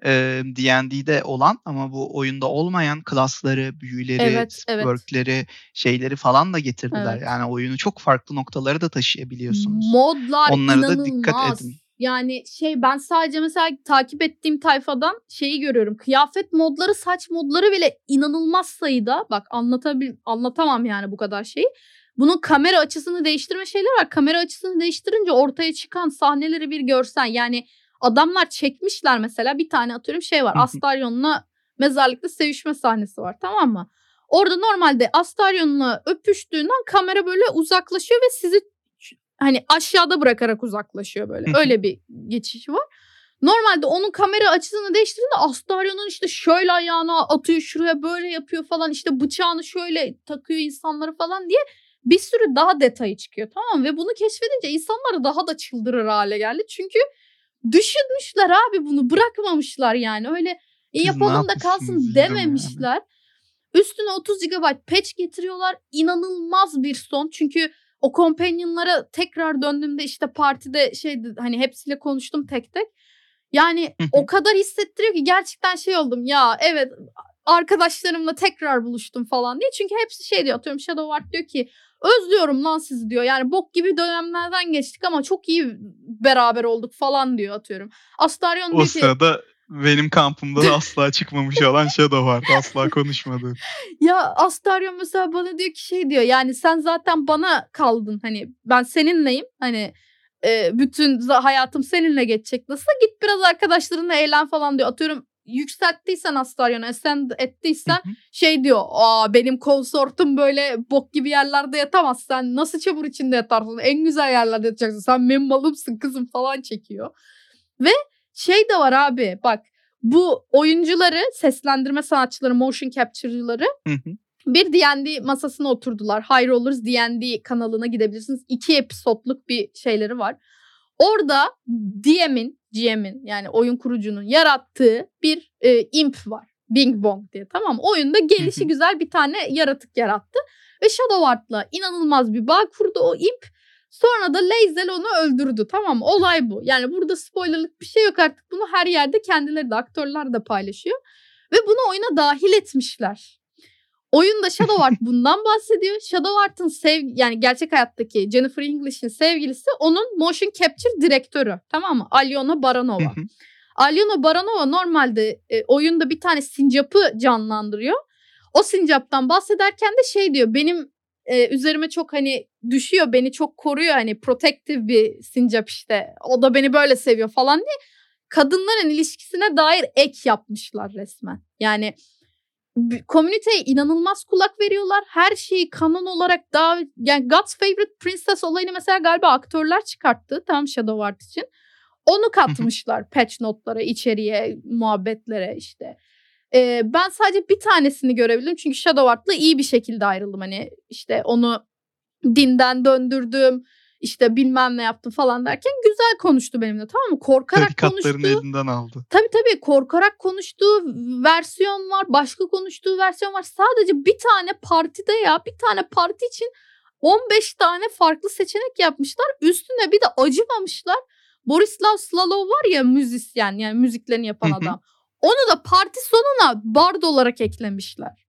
D&D'de olan ama bu oyunda olmayan klasları, büyüleri, perkleri, şeyleri falan da getirdiler. Evet. Yani oyunu çok farklı noktalara da taşıyabiliyorsunuz. Modlar onlara inanılmaz. Da dikkat edin. Yani ben sadece mesela takip ettiğim tayfadan şeyi görüyorum. Kıyafet modları, saç modları bile inanılmaz sayıda. Bak anlatamam yani bu kadar şeyi. Bunun kamera açısını değiştirme şeyleri var. Kamera açısını değiştirince ortaya çıkan sahneleri bir görsen. Yani adamlar çekmişler mesela bir tane atıyorum var. Astarion'la mezarlıkta sevişme sahnesi var, tamam mı? Orada normalde Astarion'la öpüştüğünden kamera böyle uzaklaşıyor ve sizi hani aşağıda bırakarak uzaklaşıyor böyle. Öyle bir geçişi var. Normalde onun kamera açısını değiştirdiğinde Astarion'un işte şöyle ayağına atıyor, şuraya böyle yapıyor falan, işte bıçağını şöyle takıyor insanları falan diye bir sürü daha detayı çıkıyor, tamam mı? Ve bunu keşfedince insanlar daha da çıldırır hale geldi. Çünkü düşünmüşler abi, bunu bırakmamışlar yani. Öyle yapalım da kalsın dememişler. Yani. Üstüne 30 GB patch getiriyorlar. İnanılmaz bir son. Çünkü o companion'lara tekrar döndüğümde işte partide hani hepsiyle konuştum tek tek. Yani o kadar hissettiriyor ki gerçekten oldum ya, evet arkadaşlarımla tekrar buluştum falan diye. Çünkü hepsi diyor, atıyorum Shadowheart diyor ki özlüyorum lan sizi diyor. Yani bok gibi dönemlerden geçtik ama çok iyi beraber olduk falan diyor, atıyorum. Astarion diyor ki... O sırada benim kampımda da asla çıkmamış olan Shadowheart, asla konuşmadı. Ya Astarion mesela bana diyor ki diyor, yani sen zaten bana kaldın, hani ben seninleyim, hani bütün hayatım seninle geçecek, nasıl git biraz arkadaşlarınla eğlen falan diyor. Atıyorum yükselttiysen Astarion'u, ascend ettiysen diyor, benim konsortum böyle bok gibi yerlerde yatamaz, sen nasıl çamur içinde yatarsın, en güzel yerlerde yatacaksın, sen benim malımsın kızım falan çekiyor. Ve Şey de var abi bak. Bu oyuncuları, seslendirme sanatçıları, motion capture'cıları bir D&D masasına oturdular. High Rollers D&D kanalına gidebilirsiniz. 2 episodluk bir şeyleri var. Orada GM'in yani oyun kurucunun yarattığı bir imp var. Bing Bong diye, tamam mı? Oyunda gelişi güzel bir tane yaratık yarattı. Ve Shadowheart'la inanılmaz bir bağ kurdu o imp. Sonra da Lae'zel onu öldürdü, tamam mı? Olay bu. Yani burada spoilerlık bir şey yok artık. Bunu her yerde kendileri de, aktörler de paylaşıyor. Ve bunu oyuna dahil etmişler. Oyunda Shadowheart bundan bahsediyor. Shadowheart'ın yani gerçek hayattaki Jennifer English'in sevgilisi onun motion capture direktörü, tamam mı? Alyona Baranova. Alyona Baranova normalde oyunda bir tane sincapı canlandırıyor. O sincaptan bahsederken de şey diyor, benim üzerime çok hani düşüyor, beni çok koruyor, hani protective bir sincap işte. O da beni böyle seviyor falan diye kadınların ilişkisine dair ek yapmışlar resmen. Yani komüniteye inanılmaz kulak veriyorlar. Her şeyi kanon olarak daha, yani God's Favorite Princess olayını mesela galiba aktörler çıkarttı tam Shadowheart için. Onu katmışlar patch notlara, içeriye, muhabbetlere işte. Ben sadece bir tanesini görebildim çünkü Shadowheart'la iyi bir şekilde ayrıldım. Hani işte onu dinden döndürdüm, işte bilmem ne yaptım falan derken güzel konuştu benimle, tamam mı? Korkarak konuştu. elinden aldı. Tabii korkarak konuştuğu versiyon var, başka konuştuğu versiyon var. Sadece bir tane partide bir tane parti için 15 tane farklı seçenek yapmışlar. Üstüne bir de acımamışlar. Borislav Slalov var ya, müzisyen, yani müziklerini yapan adam. Onu da parti sonuna bard olarak eklemişler.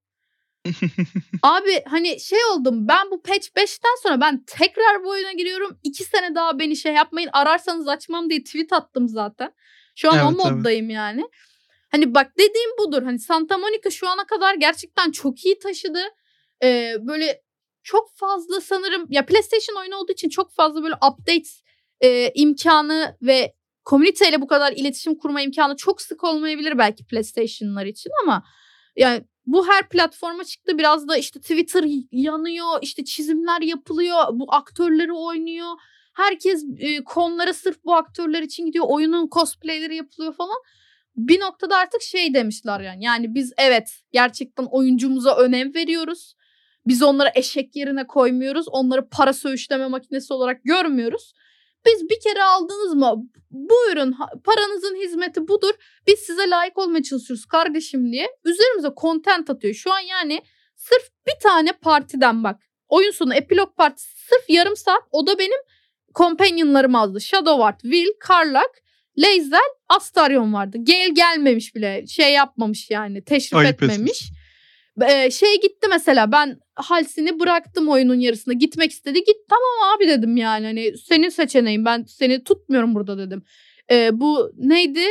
Abi hani şey oldum, ben bu patch 5'ten sonra ben tekrar bu oyuna giriyorum. 2 sene daha beni şey yapmayın, ararsanız açmam diye tweet attım zaten. Şu an o moddayım yani. Hani bak dediğim budur. Hani Santa Monica şu ana kadar gerçekten çok iyi taşıdı. Böyle çok fazla sanırım ya, PlayStation oyunu olduğu için çok fazla böyle update imkanı ve komüniteyle bu kadar iletişim kurma imkanı çok sık olmayabilir belki PlayStation'lar için, ama yani bu her platforma çıktı. Biraz da işte Twitter yanıyor, işte çizimler yapılıyor, bu aktörleri oynuyor. Herkes konlara sırf bu aktörler için gidiyor. Oyunun cosplayleri yapılıyor falan. Bir noktada artık şey demişler yani. Yani biz evet gerçekten oyuncumuza önem veriyoruz. Biz onları eşek yerine koymuyoruz. Onları para söğüşleme makinesi olarak görmüyoruz. Biz bir kere aldınız mı, buyurun paranızın hizmeti budur. Biz size layık olmaya çalışıyoruz kardeşim diye üzerimize content atıyor. Şu an yani sırf bir tane partiden bak. Oyun sonu epilog partisi sırf yarım saat, o da benim companionlarım azdı. Shadowheart, Will, Karlach, Lae'zel, Astarion vardı. Gale gelmemiş bile, şey yapmamış yani, teşrif etmemiş. Şey gitti mesela, ben Halsin'i bıraktım oyunun yarısında, gitmek istedi, git tamam abi dedim yani, hani senin seçeneğin, ben seni tutmuyorum burada dedim. Bu neydi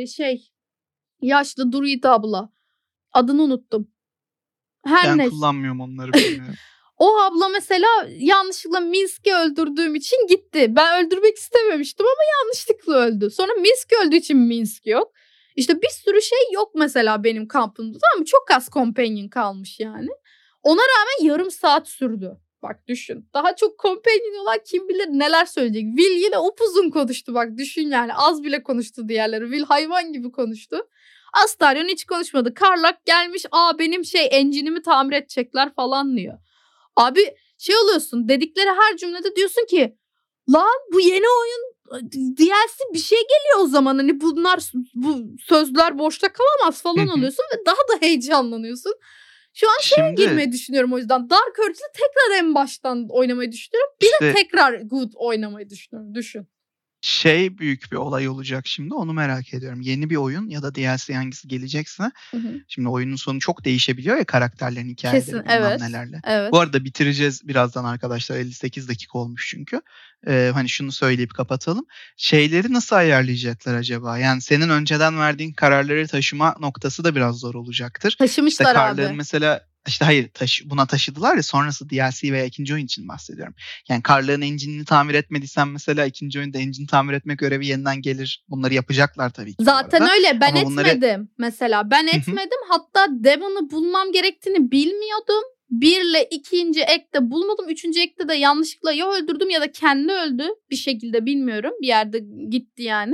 yaşlı druid abla, adını unuttum. Ben kullanmıyorum onları, bilmiyorum. O abla mesela yanlışlıkla Minsk'i öldürdüğüm için gitti. Ben öldürmek istememiştim ama yanlışlıkla öldü. Sonra Minsk öldüğü için Minsk yok. İşte bir sürü şey yok mesela benim kampımda, tamam mı? Çok az companion kalmış yani. Ona rağmen yarım saat sürdü. Bak düşün. Daha çok companion olan kim bilir neler söyleyecek. Will yine upuzun konuştu, bak düşün yani. Az bile konuştu diğerleri. Will hayvan gibi konuştu. Astarion hiç konuşmadı. Karlach gelmiş, benim engine'imi tamir edecekler falan diyor. Abi şey oluyorsun, dedikleri her cümlede diyorsun ki lan bu yeni oyun DLC bir şey geliyor o zaman, hani bu sözler boşta kalamaz falan oluyorsun ve daha da heyecanlanıyorsun. Şu an girmeyi düşünüyorum o yüzden. Dark Urge'le tekrar en baştan oynamayı düşünüyorum. Bir de tekrar Good oynamayı düşünüyorum. Düşün. Büyük bir olay olacak şimdi, onu merak ediyorum. Yeni bir oyun ya da DLC hangisi gelecekse, şimdi oyunun sonu çok değişebiliyor ya, karakterlerin hikayeleri. Kesin, evet, nelerle. Evet. Bu arada bitireceğiz birazdan arkadaşlar, 58 dakika olmuş çünkü. Hani şunu söyleyip kapatalım. Şeyleri nasıl ayarlayacaklar acaba? Yani senin önceden verdiğin kararları taşıma noktası da biraz zor olacaktır. Taşımışlar işte abi. Mesela hayır, buna taşıdılar ya, sonrası DLC veya ikinci oyun için bahsediyorum. Yani Karlach'ın engine'ini tamir etmediysen mesela ikinci oyunda engine tamir etme görevi yeniden gelir. Bunları yapacaklar tabii ki. Zaten öyle, ben etmedim mesela. Ben etmedim. Hatta Devon'ı bulmam gerektiğini bilmiyordum. 1 ile 2. ekte bulmadım. 3. ekte de yanlışlıkla ya öldürdüm ya da kendi öldü bir şekilde, bilmiyorum. Bir yerde gitti yani.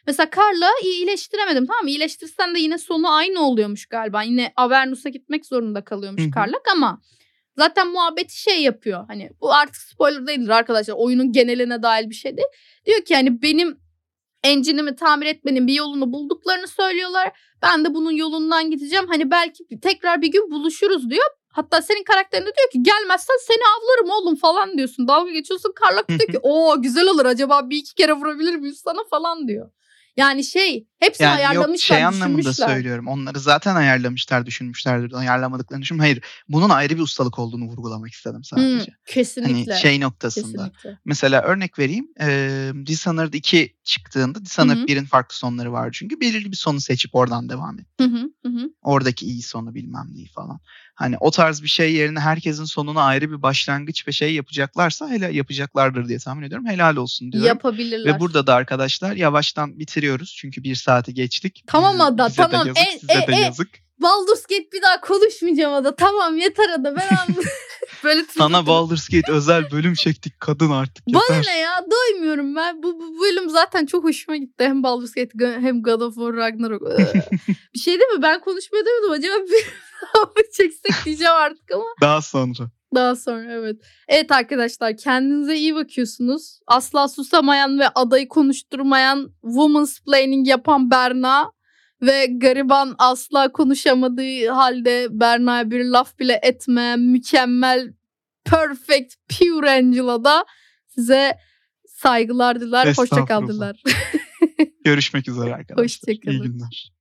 Mesela Carla iyileştiremedim, tamam mı? İyileştirsen de yine sonu aynı oluyormuş galiba. Yine Avernus'a gitmek zorunda kalıyormuş Carla ama zaten muhabbeti şey yapıyor. Hani bu artık spoiler değildir arkadaşlar. Oyunun geneline dair bir şey değil. Diyor ki hani benim engine'imi tamir etmenin bir yolunu bulduklarını söylüyorlar. Ben de bunun yolundan gideceğim. Hani belki tekrar bir gün buluşuruz diyor. Hatta senin karakterin de diyor ki gelmezsen seni avlarım oğlum falan diyorsun. Dalga geçiyorsun. Carla diyor ki o güzel olur, acaba bir iki kere vurabilir miyiz sana falan diyor. Yani hepsini Yani ayarlamışlar, yok anlamında düşünmüşler. söylüyorum. Onları zaten ayarlamışlar, düşünmüşlerdir. Ayarlamadıklarını düşünmüyorum. Hayır, bunun ayrı bir ustalık olduğunu vurgulamak istedim sadece. Kesinlikle. Hani noktasında. Kesinlikle. Mesela örnek vereyim. Dishonored 2 çıktığında Dishonored 1'in farklı sonları var çünkü. Belirli bir sonu seçip oradan devam etti. Oradaki iyi sonu bilmem neyi falan. Hani o tarz bir şey yerine herkesin sonuna ayrı bir başlangıç ve şey yapacaklarsa yapacaklardır diye tahmin ediyorum. Helal olsun diyorum. Yapabilirler. Ve burada da arkadaşlar yavaştan bitiriyoruz. Çünkü 1 saati geçtik. Tamam Ada, bize tamam. De yazık, size de yazık. Baldur's Gate bir daha konuşmayacağım Ada. Tamam yeter Ada. Ben böyle sana Baldur's Gate özel bölüm çektik kadın artık yeter. Bana ne ya, doymuyorum ben. Bu bölüm zaten çok hoşuma gitti. Hem Baldur's Gate hem God of War Ragnarok. Bir şey değil mi? Ben konuşmaya demiyordum. Acaba bir daha çeksek diyeceğim artık ama. Daha sonra evet. Evet arkadaşlar, kendinize iyi bakıyorsunuz. Asla susamayan ve adayı konuşturmayan, womansplaining yapan Berna ve gariban asla konuşamadığı halde Berna'ya bir laf bile etmeyen mükemmel, perfect, pure Angela da size saygılar diler. Hoşça kal diler. Görüşmek üzere arkadaşlar. Hoşça kalın. İyi günler.